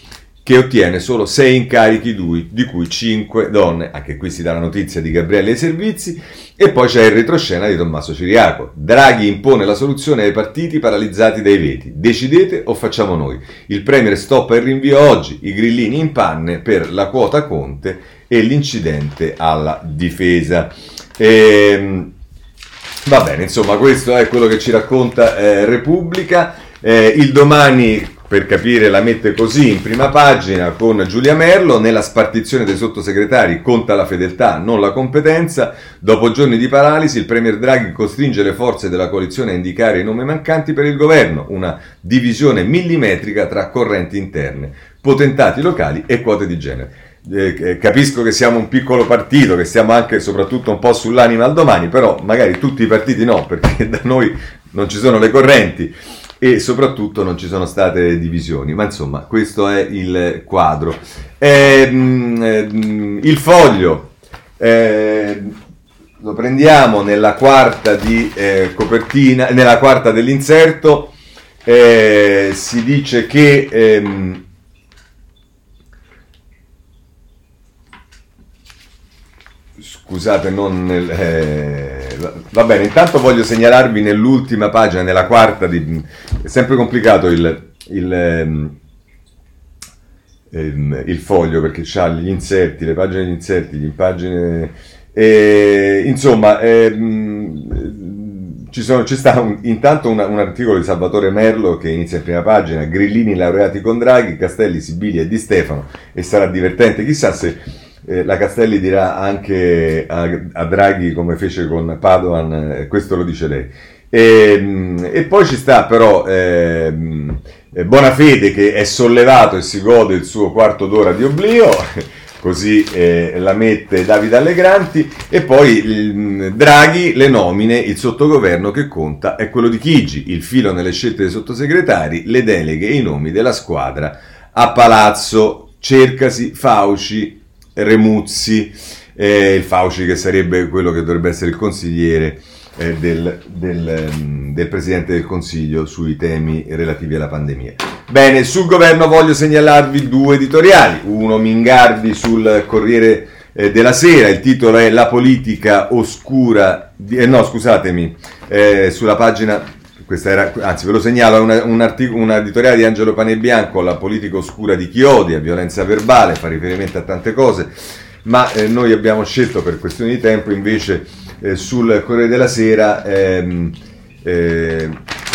[SPEAKER 1] che ottiene solo sei incarichi, di cui cinque donne. Anche qui si dà la notizia di Gabriele ai servizi. E poi c'è il retroscena di Tommaso Ciriaco. Draghi impone la soluzione ai partiti paralizzati dai veti. Decidete o facciamo noi? Il premier stoppa il rinvio oggi, i grillini in panne per la quota Conte e l'incidente alla difesa. Ehm, va bene, insomma, questo è quello che ci racconta eh, Repubblica. Eh, il Domani, per capire, la mette così in prima pagina con Giulia Merlo: nella spartizione dei sottosegretari conta la fedeltà, non la competenza. Dopo giorni di paralisi, il premier Draghi costringe le forze della coalizione a indicare i nomi mancanti per il governo, una divisione millimetrica tra correnti interne, potentati locali e quote di genere. Eh, capisco che siamo un piccolo partito, che stiamo anche e soprattutto un po' sull'anima al Domani, però magari tutti i partiti no, perché da noi non ci sono le correnti e soprattutto non ci sono state divisioni, ma insomma questo è il quadro. Eh, mh, il Foglio eh, lo prendiamo nella quarta di eh, copertina, nella quarta dell'inserto. Eh, si dice che ehm, scusate, non nel, eh, va bene, intanto voglio segnalarvi nell'ultima pagina, nella quarta, di, è sempre complicato il, il, ehm, ehm, il Foglio, perché c'ha gli inserti, le pagine degli inserti, le pagine, eh, insomma, ehm, ci sono, ci sta un, intanto una, un articolo di Salvatore Merlo che inizia in prima pagina: Grillini laureati con Draghi, Castelli, Sibilia e Di Stefano, e sarà divertente, chissà se Eh, la Castelli dirà anche a, a Draghi come fece con Padoan, eh, questo lo dice lei. E, e poi ci sta però eh, Bonafede, che è sollevato e si gode il suo quarto d'ora di oblio, così eh, la mette Davide Allegranti. E poi il, Draghi, le nomine, il sottogoverno che conta è quello di Chigi, il filo nelle scelte dei sottosegretari, le deleghe e i nomi della squadra a Palazzo. Cercasi Fauci, Remuzzi, eh, il Fauci che sarebbe quello che dovrebbe essere il consigliere eh, del, del, um, del Presidente del Consiglio sui temi relativi alla pandemia. Bene, sul governo voglio segnalarvi due editoriali, uno Mingardi sul Corriere eh, della Sera, il titolo è La politica oscura, di, eh, no scusatemi, eh, sulla pagina... Questa era, anzi ve lo segnalo, è una, un, articolo, un editoriale di Angelo Panebianco, La politica oscura di chi odia, violenza verbale, fa riferimento a tante cose, ma eh, noi abbiamo scelto per questioni di tempo invece eh, sul Corriere della Sera ehm, eh,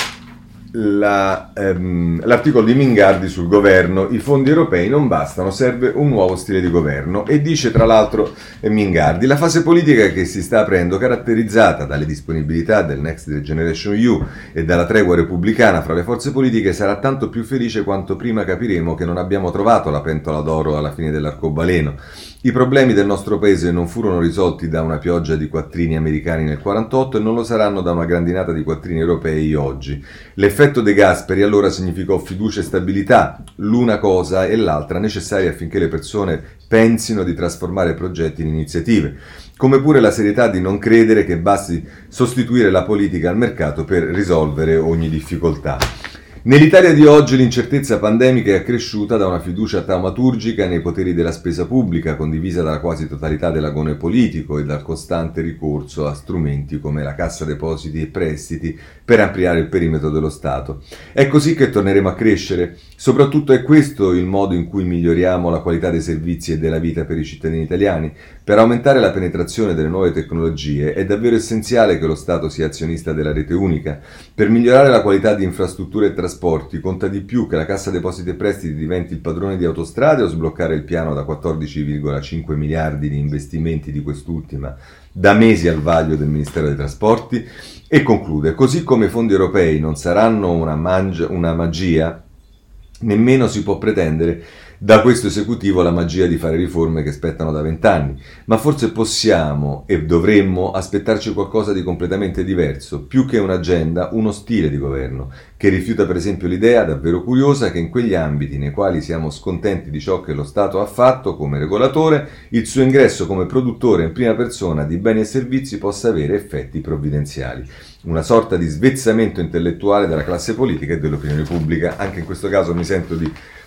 [SPEAKER 1] la, ehm, l'articolo di Mingardi sul governo: i fondi europei non bastano, serve un nuovo stile di governo. E dice tra l'altro eh, Mingardi: la fase politica che si sta aprendo, caratterizzata dalle disponibilità del Next Generation E U e dalla tregua repubblicana fra le forze politiche, sarà tanto più felice quanto prima capiremo che non abbiamo trovato la pentola d'oro alla fine dell'arcobaleno. I problemi del nostro paese non furono risolti da una pioggia di quattrini americani nel quarantotto e non lo saranno da una grandinata di quattrini europei oggi. L'effetto De Gasperi allora significò fiducia e stabilità, l'una cosa e l'altra necessaria affinché le persone pensino di trasformare progetti in iniziative, come pure la serietà di non credere che basti sostituire la politica al mercato per risolvere ogni difficoltà. Nell'Italia di oggi l'incertezza pandemica è accresciuta da una fiducia taumaturgica nei poteri della spesa pubblica, condivisa dalla quasi totalità dell'agone politico, e dal costante ricorso a strumenti come la Cassa Depositi e Prestiti per ampliare il perimetro dello Stato. È così che torneremo a crescere? Soprattutto è questo il modo in cui miglioriamo la qualità dei servizi e della vita per i cittadini italiani? Per aumentare la penetrazione delle nuove tecnologie è davvero essenziale che lo Stato sia azionista della rete unica. Per migliorare la qualità di infrastrutture e trasporti conta di più che la Cassa Depositi e Prestiti diventi il padrone di autostrade o sbloccare il piano da quattordici virgola cinque miliardi di investimenti di quest'ultima da mesi al vaglio del Ministero dei Trasporti? E conclude: così come i fondi europei non saranno una, mangia, una magia, nemmeno si può pretendere da questo esecutivo la magia di fare riforme che spettano da vent'anni, ma forse possiamo e dovremmo aspettarci qualcosa di completamente diverso, più che un'agenda, uno stile di governo, che rifiuta per esempio l'idea, davvero curiosa, che in quegli ambiti nei quali siamo scontenti di ciò che lo Stato ha fatto come regolatore, il suo ingresso come produttore in prima persona di beni e servizi possa avere effetti provvidenziali. Una sorta di svezzamento intellettuale della classe politica e dell'opinione pubblica. Anche in questo caso mi sento di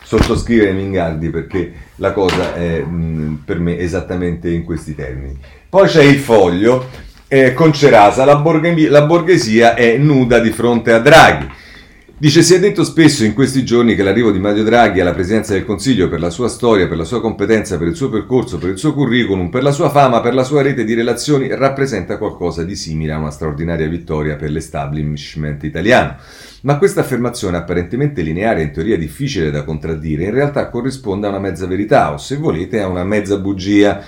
[SPEAKER 1] sottoscrivere Mingardi, perché la cosa è mh, per me esattamente in questi termini. Poi c'è il Foglio eh, con Cerasa, la, borghe- la borghesia è nuda di fronte a Draghi. Dice: si è detto spesso in questi giorni che l'arrivo di Mario Draghi alla presidenza del Consiglio per la sua storia, per la sua competenza, per il suo percorso, per il suo curriculum, per la sua fama, per la sua rete di relazioni rappresenta qualcosa di simile a una straordinaria vittoria per l'establishment italiano. Ma questa affermazione, apparentemente lineare e in teoria difficile da contraddire, in realtà corrisponde a una mezza verità, o se volete a una mezza bugia.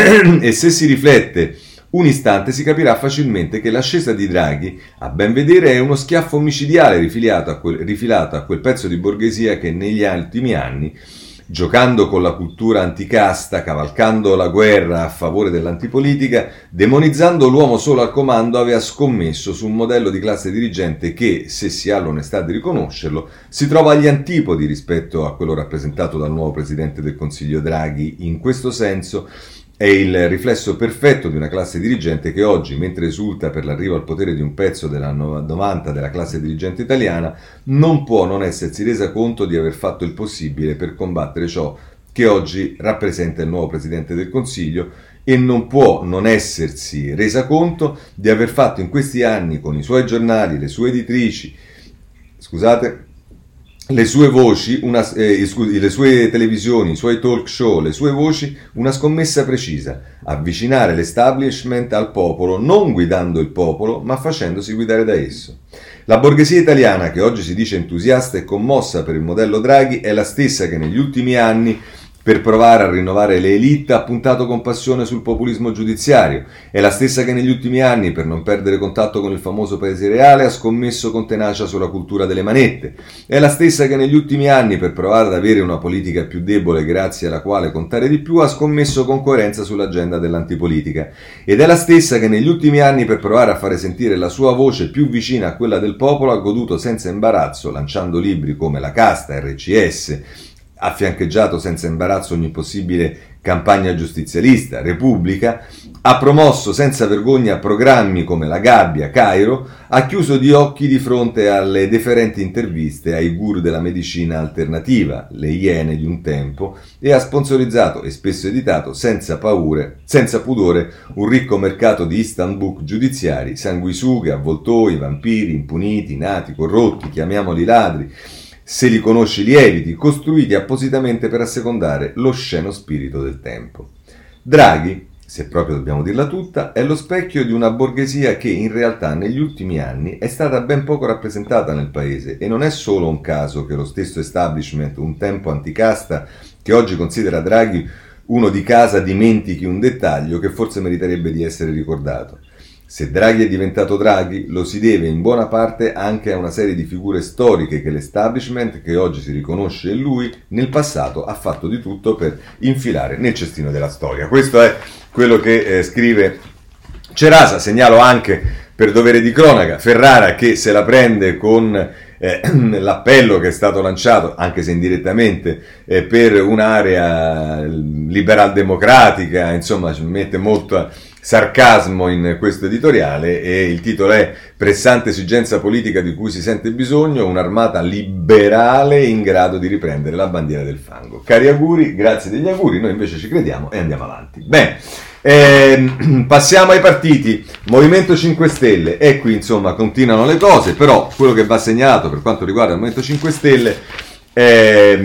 [SPEAKER 1] E se si riflette un istante si capirà facilmente che l'ascesa di Draghi, a ben vedere, è uno schiaffo micidiale rifilato a quel, rifilato a quel pezzo di borghesia che negli ultimi anni, giocando con la cultura anticasta, cavalcando la guerra a favore dell'antipolitica, demonizzando l'uomo solo al comando, aveva scommesso su un modello di classe dirigente che, se si ha l'onestà di riconoscerlo, si trova agli antipodi rispetto a quello rappresentato dal nuovo presidente del Consiglio Draghi. In questo senso è il riflesso perfetto di una classe dirigente che oggi, mentre esulta per l'arrivo al potere di un pezzo della novanta della classe dirigente italiana, non può non essersi resa conto di aver fatto il possibile per combattere ciò che oggi rappresenta il nuovo Presidente del Consiglio e non può non essersi resa conto di aver fatto in questi anni, con i suoi giornali, le sue editrici, scusate, le sue voci, una, eh, scusi, le sue televisioni, i suoi talk show, le sue voci, una scommessa precisa: avvicinare l'establishment al popolo, non guidando il popolo, ma facendosi guidare da esso. La borghesia italiana, che oggi si dice entusiasta e commossa per il modello Draghi, è la stessa che negli ultimi anni, per provare a rinnovare le élite, ha puntato con passione sul populismo giudiziario. È la stessa che negli ultimi anni, per non perdere contatto con il famoso paese reale, ha scommesso con tenacia sulla cultura delle manette. È la stessa che negli ultimi anni, per provare ad avere una politica più debole grazie alla quale contare di più, ha scommesso con coerenza sull'agenda dell'antipolitica. Ed è la stessa che negli ultimi anni, per provare a fare sentire la sua voce più vicina a quella del popolo, ha goduto senza imbarazzo, lanciando libri come La Casta, R C S, ha fiancheggiato senza imbarazzo ogni possibile campagna giustizialista, Repubblica, ha promosso senza vergogna programmi come La Gabbia, Cairo, ha chiuso gli occhi di fronte alle deferenti interviste ai guru della medicina alternativa, le iene di un tempo, e ha sponsorizzato e spesso editato senza paure, senza pudore, un ricco mercato di instant book giudiziari, sanguisughe, avvoltoi, vampiri, impuniti, nati, corrotti, chiamiamoli ladri, se li conosci li eviti, costruiti appositamente per assecondare lo sceno spirito del tempo. Draghi, se proprio dobbiamo dirla tutta, è lo specchio di una borghesia che in realtà negli ultimi anni è stata ben poco rappresentata nel paese, e non è solo un caso che lo stesso establishment, un tempo anticasta, che oggi considera Draghi uno di casa, dimentichi un dettaglio che forse meriterebbe di essere ricordato. Se Draghi è diventato Draghi, lo si deve in buona parte anche a una serie di figure storiche che l'establishment, che oggi si riconosce in lui, nel passato ha fatto di tutto per infilare nel cestino della storia. Questo è quello che eh, scrive Cerasa. Segnalo anche, per dovere di cronaca, Ferrara che se la prende con eh, l'appello che è stato lanciato, anche se indirettamente, eh, per un'area liberal-democratica, insomma ci mette molto sarcasmo in questo editoriale, e il titolo è "Pressante esigenza politica di cui si sente bisogno, un'armata liberale in grado di riprendere la bandiera del fango". Cari auguri, grazie degli auguri, noi invece ci crediamo e andiamo avanti. Bene, eh, passiamo ai partiti. Movimento cinque Stelle, e qui insomma continuano le cose, però quello che va segnalato per quanto riguarda il Movimento cinque Stelle è...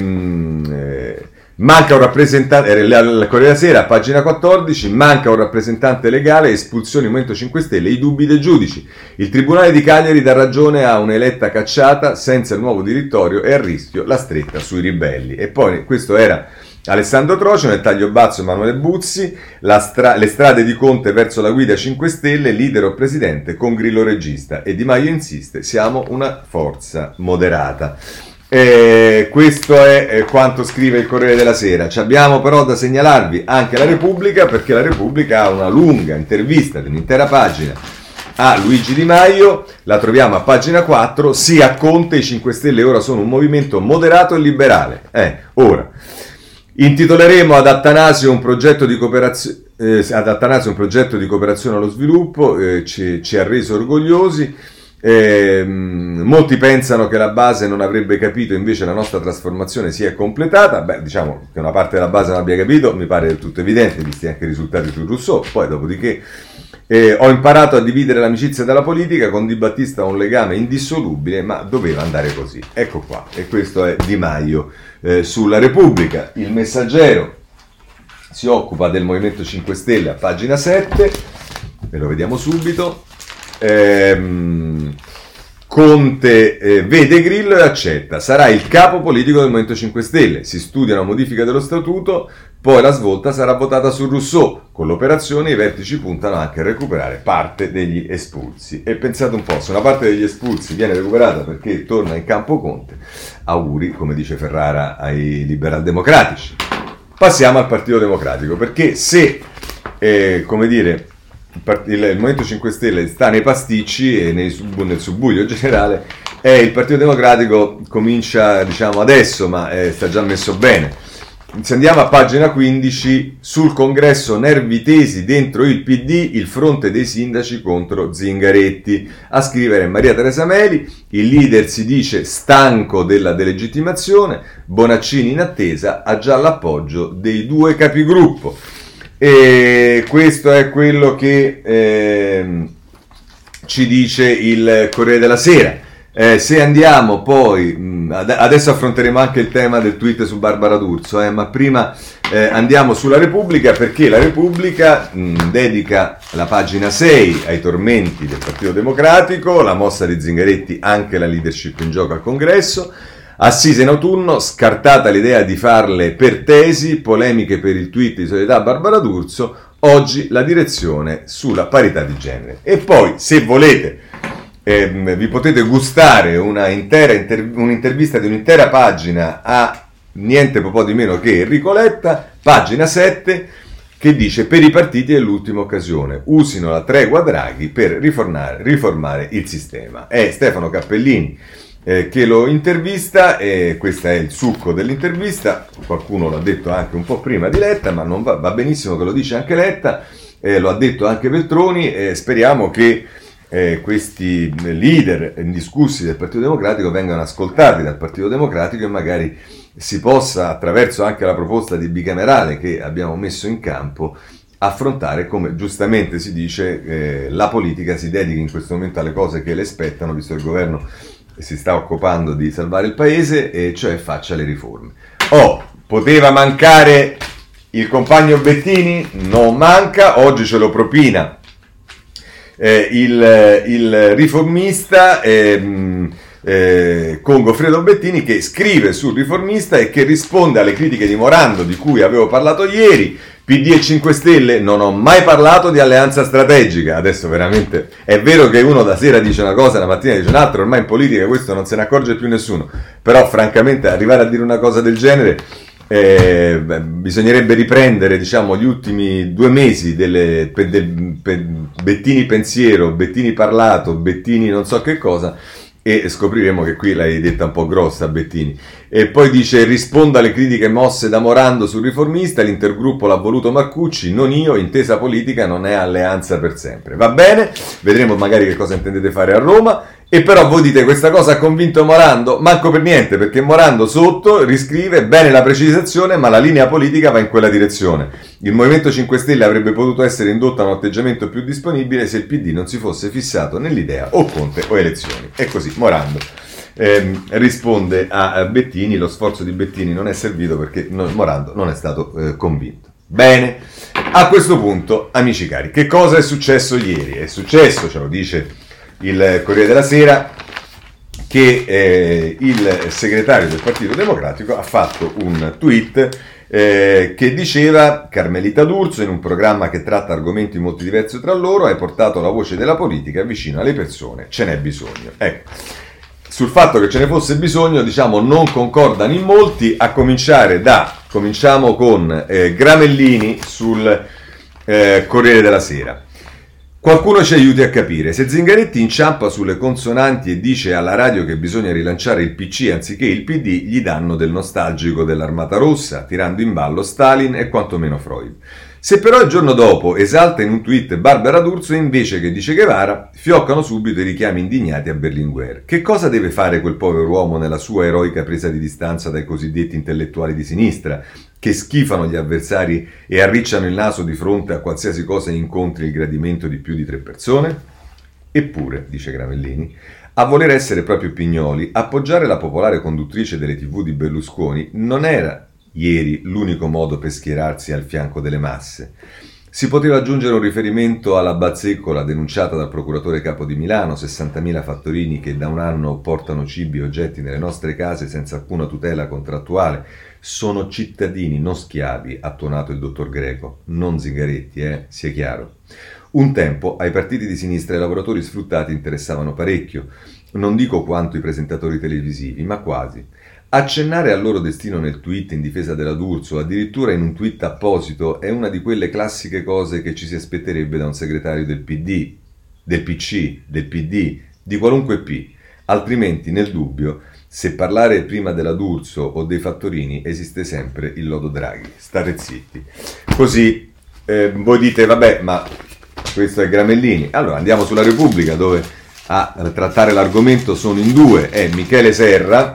[SPEAKER 1] Eh, manca un rappresentante, il Corriere della Sera, pagina quattordici, manca un rappresentante legale, espulsioni Movimento cinque Stelle, i dubbi dei giudici. Il Tribunale di Cagliari dà ragione a un'eletta cacciata, senza il nuovo direttorio è a rischio la stretta sui ribelli. E poi, questo era Alessandro Trocio, nel taglio basso Emanuele Buzzi, la stra- le strade di Conte verso la guida cinque Stelle, leader o presidente con Grillo regista, e Di Maio insiste, siamo una forza moderata. Eh, questo è eh, quanto scrive il Corriere della Sera. Ci abbiamo però da segnalarvi anche la Repubblica, perché la Repubblica ha una lunga intervista di un'intera pagina a Luigi Di Maio, la troviamo a pagina quattro. Sì a Conte, i cinque Stelle ora sono un movimento moderato e liberale. Eh, ora intitoleremo ad Attanasio un progetto di cooperazione eh, ad Attanasio un progetto di cooperazione allo sviluppo, eh, ci, ci ha reso orgogliosi. Eh, molti pensano che la base non avrebbe capito, invece la nostra trasformazione si è completata. Beh, diciamo che una parte della base non abbia capito, mi pare del tutto evidente, visti anche i risultati su Rousseau. Poi, dopodiché, eh, ho imparato a dividere l'amicizia dalla politica. Con Di Battista ho un legame indissolubile, ma doveva andare così. Ecco qua, e questo è Di Maio eh, sulla Repubblica. Il Messaggero si occupa del Movimento cinque Stelle a pagina sette, ve lo vediamo subito. Ehm, Conte eh, vede Grillo e accetta, sarà il capo politico del Movimento cinque Stelle, si studia una modifica dello statuto, poi la svolta sarà votata su Rousseau. Con l'operazione i vertici puntano anche a recuperare parte degli espulsi. E pensate un po', se una parte degli espulsi viene recuperata perché torna in campo Conte, auguri, come dice Ferrara, ai liberal-democratici. Passiamo al Partito Democratico, perché se, eh, come dire, il, il Movimento cinque Stelle sta nei pasticci e nei sub, nel subbuglio generale, e il Partito Democratico comincia, diciamo, adesso, ma eh, sta già messo bene. Se andiamo a pagina quindici, sul congresso nervi tesi dentro il P D, il fronte dei sindaci contro Zingaretti. A scrivere Maria Teresa Meli, il leader si dice stanco della delegittimazione, Bonaccini in attesa ha già l'appoggio dei due capigruppo. E questo è quello che eh, ci dice il Corriere della Sera. Eh, se andiamo poi, mh, ad- adesso affronteremo anche il tema del tweet su Barbara D'Urso, eh, ma prima eh, andiamo sulla Repubblica, perché la Repubblica mh, dedica la pagina sei ai tormenti del Partito Democratico, la mossa di Zingaretti, anche la leadership in gioco al Congresso. Assise in autunno, scartata l'idea di farle per tesi, polemiche per il tweet di solidarietà a Barbara D'Urso, oggi la direzione sulla parità di genere. E poi, se volete, eh, vi potete gustare una intera inter- un'intervista di un'intera pagina a niente po' di meno che Enrico Letta, pagina sette, che dice: per i partiti è l'ultima occasione, usino la tregua Draghi per riformare, riformare il sistema. È Stefano Cappellini Eh, che lo intervista, e questo è il succo dell'intervista. Qualcuno l'ha detto anche un po' prima di Letta, ma non va, va benissimo che lo dice anche Letta, eh, lo ha detto anche Veltroni, e speriamo che eh, questi leader indiscussi del Partito Democratico vengano ascoltati dal Partito Democratico e magari si possa, attraverso anche la proposta di bicamerale che abbiamo messo in campo, affrontare, come giustamente si dice, eh, la politica si dedichi in questo momento alle cose che le spettano, visto che il governo si sta occupando di salvare il paese, e cioè faccia le riforme. Oh, poteva mancare il compagno Bettini? Non manca, oggi ce lo propina eh, il, il riformista eh, eh, con Goffredo Bettini, che scrive sul Riformista e che risponde alle critiche di Morando di cui avevo parlato ieri. P D e cinque Stelle, non ho mai parlato di alleanza strategica. Adesso veramente è vero che uno da sera dice una cosa, la mattina dice un'altra, ormai in politica questo non se ne accorge più nessuno, però francamente arrivare a dire una cosa del genere eh, beh, bisognerebbe riprendere, diciamo, gli ultimi due mesi delle, pe, del pe, Bettini pensiero, Bettini parlato, Bettini non so che cosa, e scopriremo che qui l'hai detta un po' grossa, Bettini. E poi dice: risponda alle critiche mosse da Morando sul Riformista, l'intergruppo l'ha voluto Marcucci, non io, intesa politica non è alleanza per sempre. Va bene, vedremo magari che cosa intendete fare a Roma. E però voi dite: questa cosa ha convinto Morando? Manco per niente, perché Morando sotto riscrive: bene la precisazione, ma la linea politica va in quella direzione. Il Movimento cinque Stelle avrebbe potuto essere indotto a un atteggiamento più disponibile se il P D non si fosse fissato nell'idea o Conte o elezioni. E così Morando ehm, risponde a Bettini: lo sforzo di Bettini non è servito perché non, Morando non è stato eh, convinto. Bene, a questo punto, amici cari, che cosa è successo ieri? È successo, ce lo dice il Corriere della Sera, che eh, il segretario del Partito Democratico ha fatto un tweet eh, che diceva: Carmelita D'Urso, in un programma che tratta argomenti molto diversi tra loro, hai portato la voce della politica vicino alle persone, ce n'è bisogno. Ecco, sul fatto che ce ne fosse bisogno, diciamo, non concordano in molti, a cominciare da, cominciamo con eh, Gramellini sul eh, Corriere della Sera. Qualcuno ci aiuti a capire. Se Zingaretti inciampa sulle consonanti e dice alla radio che bisogna rilanciare il P C anziché il P D, gli danno del nostalgico dell'Armata Rossa, tirando in ballo Stalin e quantomeno Freud. Se però il giorno dopo esalta in un tweet Barbara D'Urso invece che dice Guevara, fioccano subito i richiami indignati a Berlinguer. Che cosa deve fare quel povero uomo nella sua eroica presa di distanza dai cosiddetti intellettuali di sinistra, che schifano gli avversari e arricciano il naso di fronte a qualsiasi cosa incontri il gradimento di più di tre persone? Eppure, dice Gravellini, a voler essere proprio Pignoli, appoggiare la popolare conduttrice delle tivù di Berlusconi non era ieri l'unico modo per schierarsi al fianco delle masse. Si poteva aggiungere un riferimento alla bazzeccola denunciata dal procuratore capo di Milano, sessantamila fattorini che da un anno portano cibi e oggetti nelle nostre case senza alcuna tutela contrattuale. Sono cittadini, non schiavi, ha tuonato il dottor Greco, non Zingaretti, eh, sia chiaro. Un tempo ai partiti di sinistra i lavoratori sfruttati interessavano parecchio, non dico quanto i presentatori televisivi, ma quasi. Accennare al loro destino nel tweet in difesa della D'Urso, addirittura in un tweet apposito, è una di quelle classiche cose che ci si aspetterebbe da un segretario del P D, del P C, del P D, di qualunque P. Altrimenti, nel dubbio, se parlare prima della D'Urso o dei fattorini, esiste sempre il lodo Draghi. State zitti. Così eh, voi dite, vabbè, ma questo è Gramellini. Allora andiamo sulla Repubblica, dove a trattare l'argomento sono in due. È Michele Serra,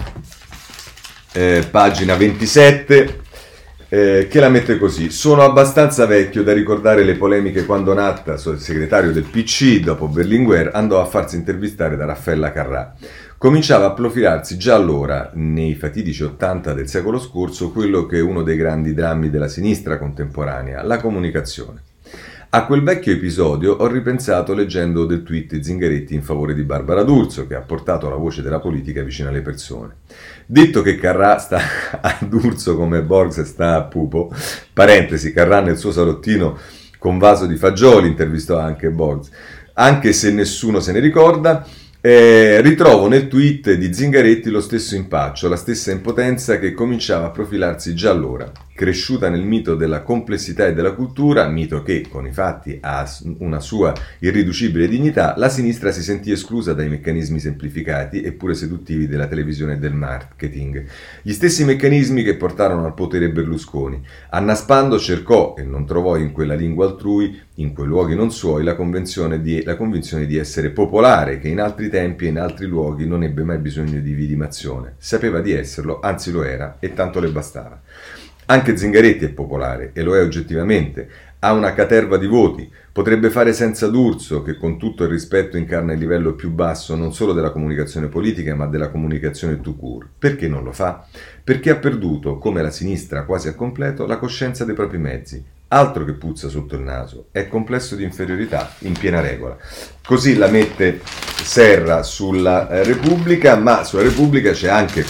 [SPEAKER 1] Eh, pagina ventisette, eh, che la mette così: sono abbastanza vecchio da ricordare le polemiche quando Natta, segretario del P C, dopo Berlinguer, andò a farsi intervistare da Raffaella Carrà. Cominciava a profilarsi già allora, nei fatidici ottanta del secolo scorso, quello che è uno dei grandi drammi della sinistra contemporanea, la comunicazione. A quel vecchio episodio ho ripensato leggendo del tweet di Zingaretti in favore di Barbara D'Urso, che ha portato la voce della politica vicino alle persone. Detto che Carrà sta a D'Urso come Borges sta a Pupo, parentesi, Carrà nel suo salottino con vaso di fagioli intervistò anche Borges, anche se nessuno se ne ricorda, eh, ritrovo nel tweet di Zingaretti lo stesso impaccio, la stessa impotenza che cominciava a profilarsi già allora. Cresciuta nel mito della complessità e della cultura, mito che, con i fatti, ha una sua irriducibile dignità, la sinistra si sentì esclusa dai meccanismi semplificati eppure seduttivi della televisione e del marketing. Gli stessi meccanismi che portarono al potere Berlusconi. Annaspando cercò, e non trovò in quella lingua altrui, in quei luoghi non suoi, la convinzione di, la convinzione di essere popolare, che in altri tempi e in altri luoghi non ebbe mai bisogno di vidimazione. Sapeva di esserlo, anzi lo era, e tanto le bastava. Anche Zingaretti è popolare, e lo è oggettivamente, ha una caterva di voti, potrebbe fare senza D'Urso, che con tutto il rispetto incarna il livello più basso non solo della comunicazione politica, ma della comunicazione tout court. Perché non lo fa? Perché ha perduto, come la sinistra quasi a completo, la coscienza dei propri mezzi. Altro che puzza sotto il naso, è complesso di inferiorità in piena regola. Così la mette Serra sulla eh, Repubblica, ma sulla Repubblica c'è anche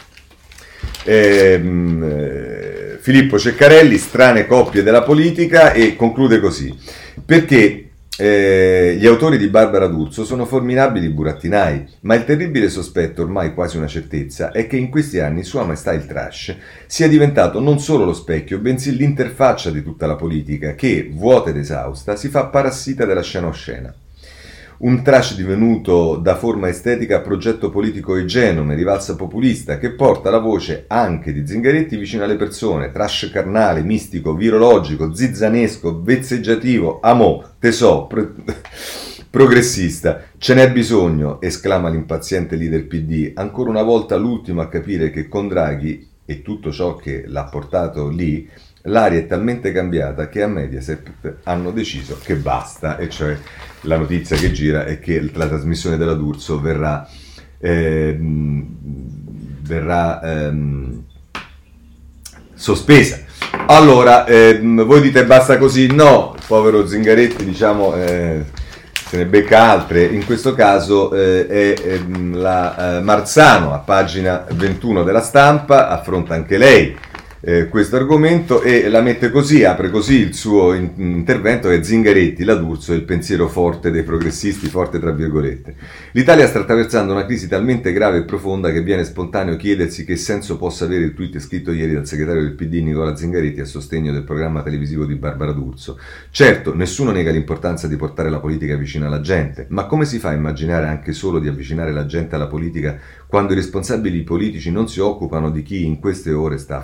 [SPEAKER 1] ehm, eh, Filippo Ceccarelli, strane coppie della politica, e conclude così: perché eh, gli autori di Barbara D'Urso sono formidabili burattinai, ma il terribile sospetto, ormai quasi una certezza, è che in questi anni Sua Maestà il Trash sia diventato non solo lo specchio, bensì l'interfaccia di tutta la politica che, vuota ed esausta, si fa parassita della scena oscena. Un trash divenuto da forma estetica a progetto politico e genome, rivalsa populista, che porta la voce anche di Zingaretti vicino alle persone, trash carnale, mistico, virologico, zizzanesco, vezzeggiativo, amò, tesò, pro- progressista. Ce n'è bisogno, esclama l'impaziente leader P D, ancora una volta l'ultimo a capire che con Draghi e tutto ciò che l'ha portato lì, l'aria è talmente cambiata che a Mediaset hanno deciso che basta, e cioè la notizia che gira è che la trasmissione della D'Urso verrà eh, verrà ehm, sospesa. Allora, eh, voi dite basta così? No, il povero Zingaretti, diciamo, eh, se ne becca altre. In questo caso eh, è, è la eh, Marzano, a pagina ventuno della Stampa, affronta anche lei Eh, questo argomento e la mette così, apre così il suo in- intervento: è Zingaretti, la D'Urso e il pensiero forte dei progressisti, forte tra virgolette. L'Italia sta attraversando una crisi talmente grave e profonda che viene spontaneo chiedersi che senso possa avere il tweet scritto ieri dal segretario del P D Nicola Zingaretti a sostegno del programma televisivo di Barbara D'Urso. Certo, nessuno nega l'importanza di portare la politica vicino alla gente, ma come si fa a immaginare anche solo di avvicinare la gente alla politica quando i responsabili politici non si occupano di chi in queste ore sta affogando?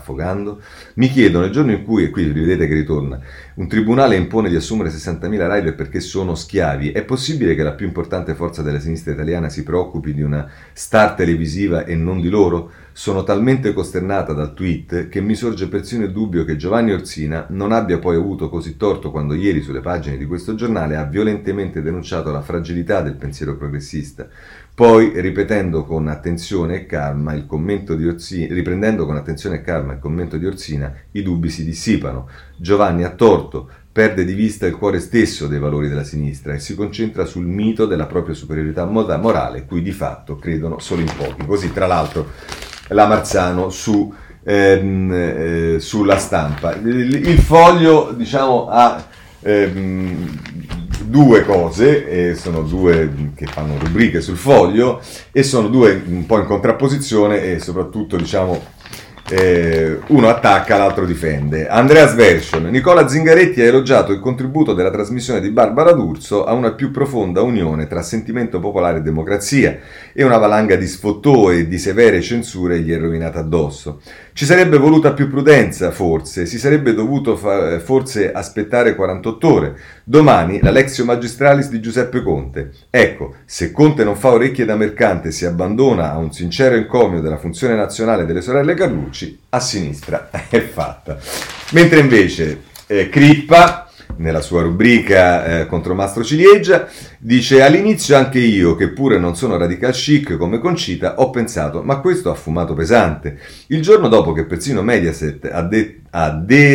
[SPEAKER 1] chiedo, mi chiedono il giorno in cui, e qui rivedete che ritorna, un tribunale impone di assumere sessantamila rider perché sono schiavi, è possibile che la più importante forza della sinistra italiana si preoccupi di una star televisiva e non di loro? Sono talmente costernata dal tweet che mi sorge persino il dubbio che Giovanni Orsina non abbia poi avuto così torto quando ieri sulle pagine di questo giornale ha violentemente denunciato la fragilità del pensiero progressista. Poi, ripetendo con attenzione e calma il commento di Orsina, riprendendo con attenzione e calma il commento di Orsina, i dubbi si dissipano. Giovanni ha torto, perde di vista il cuore stesso dei valori della sinistra e si concentra sul mito della propria superiorità morale, cui di fatto credono solo in pochi. Così, tra l'altro, la Marzano su, ehm, eh, sulla Stampa. Il, il Foglio, diciamo, ha ehm, due cose, e sono due che fanno rubriche sul Foglio, e sono due un po' in contrapposizione e soprattutto, diciamo, Eh, uno attacca, l'altro difende. Andreas Version: Nicola Zingaretti ha elogiato il contributo della trasmissione di Barbara D'Urso a una più profonda unione tra sentimento popolare e democrazia, e una valanga di sfottò e di severe censure gli è rovinata addosso. Ci sarebbe voluta più prudenza, forse, si sarebbe dovuto fa- forse aspettare quarantotto ore. Domani la Lectio Magistralis di Giuseppe Conte. Ecco, se Conte non fa orecchie da mercante e si abbandona a un sincero encomio della funzione nazionale delle sorelle Carlucci, a sinistra è fatta. Mentre invece eh, Crippa, nella sua rubrica eh, contro Mastro Ciliegia, dice: all'inizio anche io, che pure non sono radical chic come Concita, ho pensato, ma questo ha fumato pesante. Il giorno dopo che persino Mediaset ha, de- ha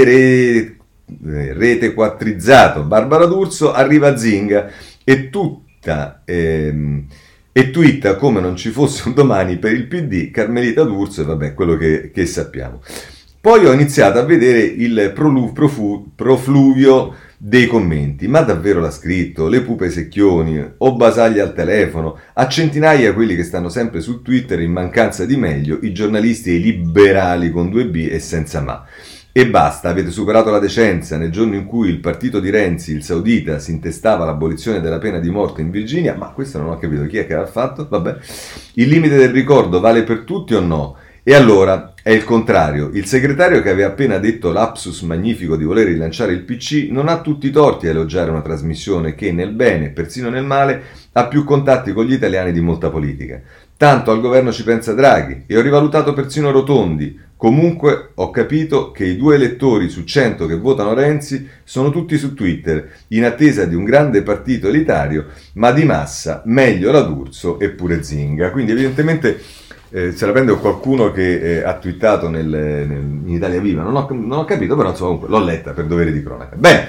[SPEAKER 1] dere- rete quattrizzato Barbara D'Urso, arriva Zinga e tutta... Ehm, e twitta come non ci fosse un domani per il P D, Carmelita D'Urso, e vabbè, quello che, che sappiamo. Poi ho iniziato a vedere il prolu- profu- profluvio dei commenti. Ma davvero l'ha scritto? Le pupe secchioni, o basaglia al telefono, a centinaia quelli che stanno sempre su Twitter in mancanza di meglio, i giornalisti e i liberali con due B e senza ma. E basta, avete superato la decenza. Nel giorno in cui il partito di Renzi, il saudita, si intestava l'abolizione della pena di morte in Virginia, ma questo non ho capito chi è che l'ha fatto, vabbè. Il limite del ricordo vale per tutti o no? E allora è il contrario. Il segretario che aveva appena detto lapsus magnifico di voler rilanciare il P C non ha tutti i torti a elogiare una trasmissione che nel bene, persino nel male, ha più contatti con gli italiani di molta politica. Tanto al governo ci pensa Draghi, e ho rivalutato persino Rotondi. Comunque ho capito che i due elettori su cento che votano Renzi sono tutti su Twitter, in attesa di un grande partito elitario, ma di massa meglio la D'Urso e pure Zinga. Quindi evidentemente eh, se la prende con qualcuno che eh, ha twittato nel, nel, in Italia Viva. Non ho, non ho capito, però insomma comunque l'ho letta per dovere di cronaca. Bene,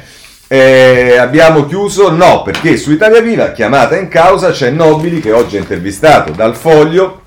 [SPEAKER 1] eh, abbiamo chiuso? No, perché su Italia Viva, chiamata in causa, c'è Nobili che oggi è intervistato dal Foglio.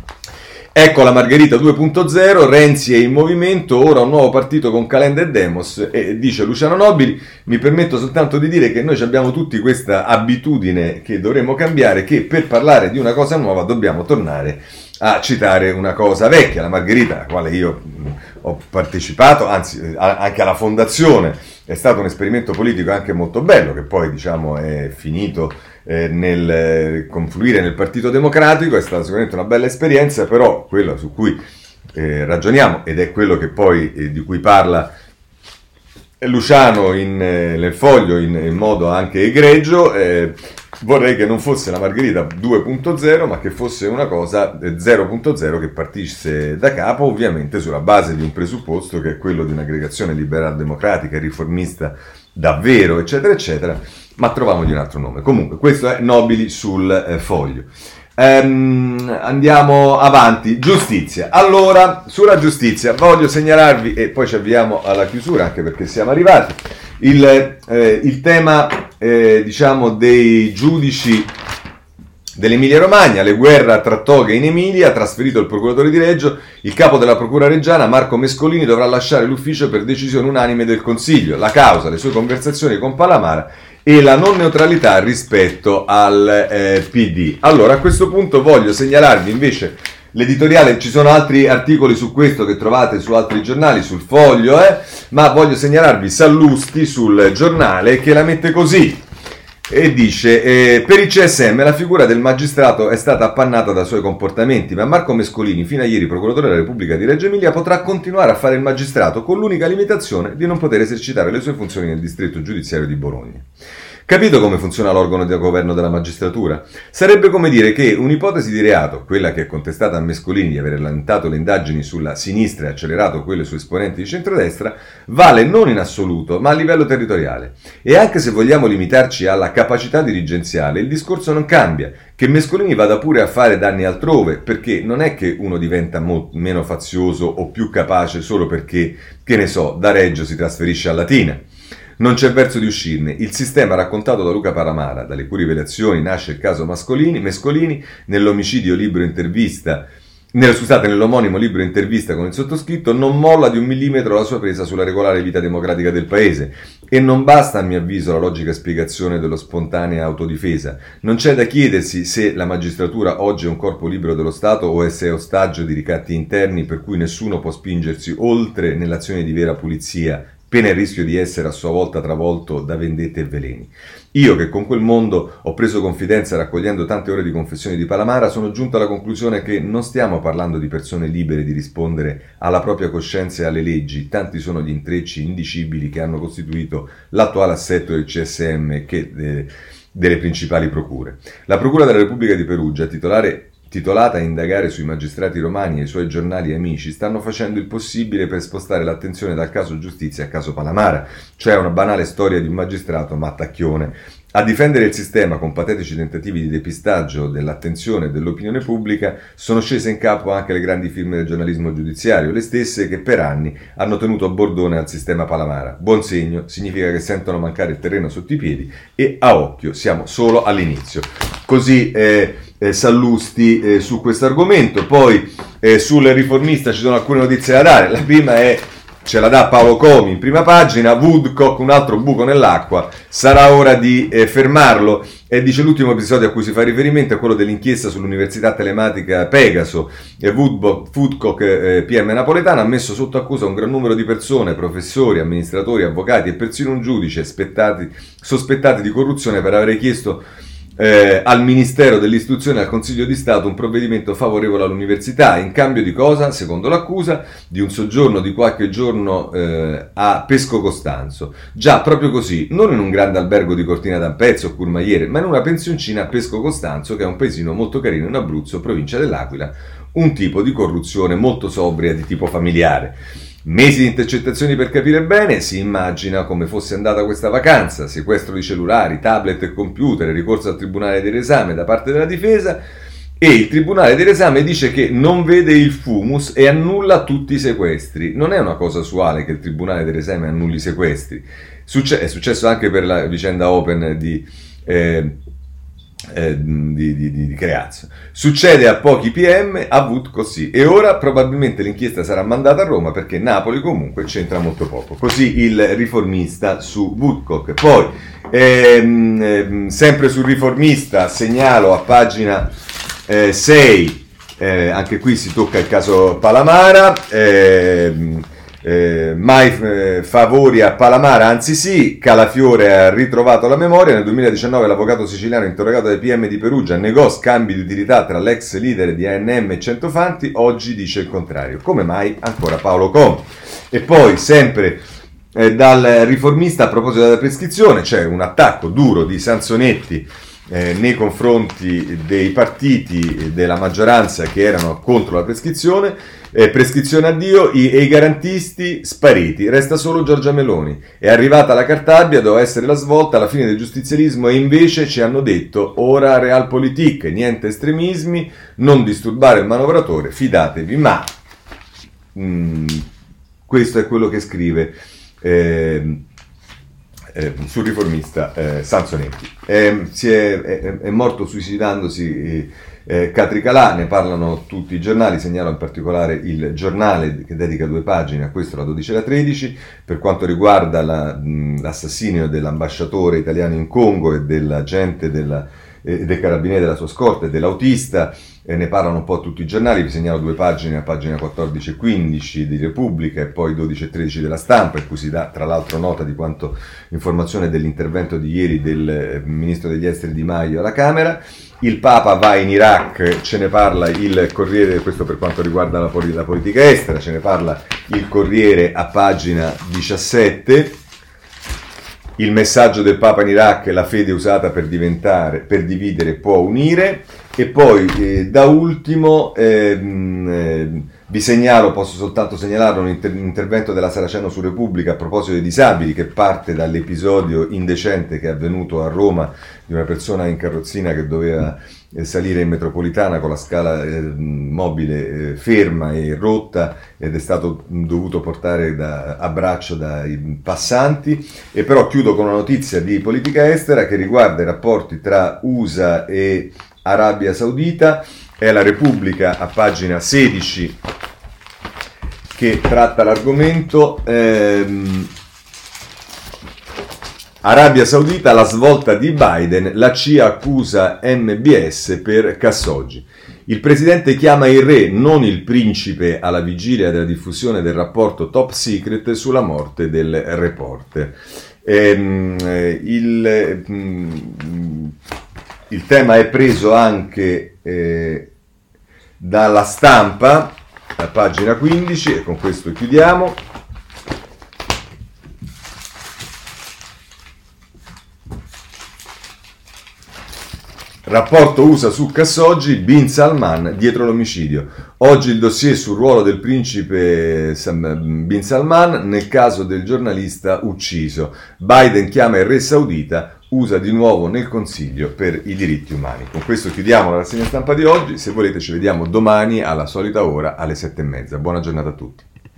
[SPEAKER 1] Ecco la Margherita due punto zero, Renzi è in movimento, ora un nuovo partito con Calenda e Demos, e dice Luciano Nobili: mi permetto soltanto di dire che noi abbiamo tutti questa abitudine che dovremmo cambiare, che per parlare di una cosa nuova dobbiamo tornare a citare una cosa vecchia. La Margherita, alla quale io ho partecipato, anzi anche alla fondazione, è stato un esperimento politico anche molto bello, che poi diciamo è finito eh, nel eh, confluire nel Partito Democratico. È stata sicuramente una bella esperienza, però quello su cui eh, ragioniamo, ed è quello che poi eh, di cui parla Luciano in, eh, nel Foglio in, in modo anche egregio, eh, vorrei che non fosse la Margherita due punto zero, ma che fosse una cosa zero punto zero che partisse da capo, ovviamente sulla base di un presupposto che è quello di un'aggregazione liberal-democratica e riformista davvero, eccetera, eccetera, ma trovamogli un altro nome. Comunque, questo è Nobili sul eh, Foglio. Ehm, andiamo avanti. Giustizia. Allora, sulla giustizia voglio segnalarvi, e poi ci avviamo alla chiusura, anche perché siamo arrivati, il, eh, il tema eh, diciamo dei giudici dell'Emilia Romagna. Le Guerra tra toghe in Emilia, trasferito il procuratore di Reggio, il capo della procura reggiana Marco Mescolini dovrà lasciare l'ufficio per decisione unanime del Consiglio. La causa, le sue conversazioni con Palamara e la non neutralità rispetto al eh, P D. Allora, a questo punto voglio segnalarvi invece l'editoriale. Ci sono altri articoli su questo che trovate su altri giornali, sul Foglio, eh, ma voglio segnalarvi Sallusti sul Giornale, che la mette così: E dice, eh, per il C S M la figura del magistrato è stata appannata da suoi comportamenti, ma Marco Mescolini, fino a ieri procuratore della Repubblica di Reggio Emilia, potrà continuare a fare il magistrato con l'unica limitazione di non poter esercitare le sue funzioni nel distretto giudiziario di Bologna. Capito come funziona l'organo di governo della magistratura? Sarebbe come dire che un'ipotesi di reato, quella che è contestata a Mescolini di aver rallentato le indagini sulla sinistra e accelerato quelle su esponenti di centrodestra, vale non in assoluto, ma a livello territoriale. E anche se vogliamo limitarci alla capacità dirigenziale, il discorso non cambia, che Mescolini vada pure a fare danni altrove, perché non è che uno diventa mo- meno fazioso o più capace solo perché, che ne so, da Reggio si trasferisce a Latina. Non c'è verso di uscirne. Il sistema raccontato da Luca Palamara, dalle cui rivelazioni nasce il caso Mascolini, Mescolini, nell'omicidio libro intervista, nel, scusate, nell'omonimo libro intervista con il sottoscritto, non molla di un millimetro la sua presa sulla regolare vita democratica del paese. E non basta, a mio avviso, la logica spiegazione dello spontanea autodifesa. Non c'è da chiedersi se la magistratura oggi è un corpo libero dello Stato o se è ostaggio di ricatti interni per cui nessuno può spingersi oltre nell'azione di vera pulizia, pena il rischio di essere a sua volta travolto da vendette e veleni. Io, che con quel mondo ho preso confidenza raccogliendo tante ore di confessioni di Palamara, sono giunto alla conclusione che non stiamo parlando di persone libere di rispondere alla propria coscienza e alle leggi. Tanti sono gli intrecci indicibili che hanno costituito l'attuale assetto del C S M che eh, delle principali procure. La Procura della Repubblica di Perugia, titolare titolata a indagare sui magistrati romani e i suoi giornali amici, stanno facendo il possibile per spostare l'attenzione dal caso giustizia al caso Palamara, cioè una banale storia di un magistrato mattacchione. A difendere il sistema con patetici tentativi di depistaggio dell'attenzione e dell'opinione pubblica sono scese in campo anche le grandi firme del giornalismo giudiziario, le stesse che per anni hanno tenuto a bordone al sistema Palamara. Buon segno, significa che sentono mancare il terreno sotto i piedi e a occhio siamo solo all'inizio. Così eh, eh, Sallusti eh, su questo argomento. Poi eh, sul Riformista ci sono alcune notizie da dare. La prima è, ce la dà Paolo Comi in prima pagina, Woodcock, un altro buco nell'acqua, sarà ora di eh, fermarlo. E dice l'ultimo episodio a cui si fa riferimento è quello dell'inchiesta sull'Università Telematica Pegaso. E Woodcock, eh, P M napoletano, ha messo sotto accusa un gran numero di persone, professori, amministratori, avvocati e persino un giudice aspettati, sospettati di corruzione per aver chiesto Eh, al Ministero dell'Istruzione e al Consiglio di Stato un provvedimento favorevole all'università, in cambio di cosa? Secondo l'accusa, di un soggiorno di qualche giorno eh, a Pesco Costanzo. Già, proprio così, non in un grande albergo di Cortina d'Ampezzo o Courmayeur, ma in una pensioncina a Pesco Costanzo, che è un paesino molto carino in Abruzzo, provincia dell'Aquila, un tipo di corruzione molto sobria di tipo familiare. Mesi di intercettazioni per capire bene, si immagina come fosse andata questa vacanza, sequestro di cellulari, tablet e computer, ricorso al Tribunale dell'Esame da parte della difesa, e il Tribunale dell'Esame dice che non vede il fumus e annulla tutti i sequestri. Non è una cosa usuale che il Tribunale dell'Esame annulli i sequestri. Succe- è successo anche per la vicenda Open di... Eh, Eh, di, di, di, di Creazio. Succede a pochi P M, a Woodcock sì, e ora probabilmente l'inchiesta sarà mandata a Roma perché Napoli comunque c'entra molto poco. Così il Riformista su Woodcock. Poi ehm, ehm, sempre sul Riformista segnalo a pagina eh, sei, eh, anche qui si tocca il caso Palamara. ehm, Eh, mai eh, favori a Palamara, anzi sì. Calafiore ha ritrovato la memoria. Nel duemiladiciannove l'avvocato siciliano interrogato dai P M di Perugia negò scambi di utilità tra l'ex leader di A N M e Centofanti. Oggi dice il contrario. Come mai? Ancora Paolo Comi. E poi sempre eh, dal Riformista, a proposito della prescrizione, c'è un attacco duro di Sansonetti Eh, nei confronti dei partiti della maggioranza che erano contro la prescrizione. Eh, prescrizione addio i, e i garantisti spariti, resta solo Giorgia Meloni. È arrivata la Cartabia, doveva essere la svolta, alla fine del giustizialismo, e invece ci hanno detto ora realpolitik, niente estremismi, non disturbare il manovratore, fidatevi. Ma mh, questo è quello che scrive eh, Eh, sul Riformista eh, Sansonetti. Eh, si è, è, è morto suicidandosi eh, Catricalà, ne parlano tutti i giornali, segnalo in particolare il Giornale che dedica due pagine a questo, la dodici e la tredici, per quanto riguarda la, mh, l'assassinio dell'ambasciatore italiano in Congo e dell'agente della eh, del carabiniere della sua scorta e dell'autista. Eh, ne parlano un po' tutti i giornali, vi segnalo due pagine, a pagina quattordici e quindici di Repubblica e poi dodici e tredici della Stampa, in cui si dà tra l'altro nota di quanto informazione dell'intervento di ieri del eh, ministro degli esteri Di Maio alla Camera. Il Papa va in Iraq, ce ne parla il Corriere, questo per quanto riguarda la, la politica estera, ce ne parla il Corriere a pagina diciassette. Il messaggio del Papa in Iraq: la fede usata per diventare, per dividere può unire. E poi eh, da ultimo ehm, eh, vi segnalo, posso soltanto segnalare un, inter- un intervento della Saraceno su Repubblica a proposito dei disabili, che parte dall'episodio indecente che è avvenuto a Roma di una persona in carrozzina che doveva eh, salire in metropolitana con la scala eh, mobile eh, ferma e rotta, ed è stato dovuto portare da, a braccio dai passanti. E però chiudo con una notizia di politica estera che riguarda i rapporti tra U S A e Arabia Saudita. È la Repubblica a pagina sedici che tratta l'argomento. ehm, Arabia Saudita, la svolta di Biden, la C I A accusa M B S per Khashoggi. Il presidente chiama il re, non il principe, alla vigilia della diffusione del rapporto top secret sulla morte del reporter. Ehm, il, mm, il tema è preso anche eh, dalla Stampa, a pagina quindici, e con questo chiudiamo. Rapporto U S A su Khashoggi, Bin Salman dietro l'omicidio. Oggi il dossier sul ruolo del principe Bin Salman nel caso del giornalista ucciso. Biden chiama il re saudita, U S A di nuovo nel Consiglio per i diritti umani. Con questo chiudiamo la rassegna stampa di oggi. Se volete ci vediamo domani alla solita ora alle sette e mezza. Buona giornata a tutti.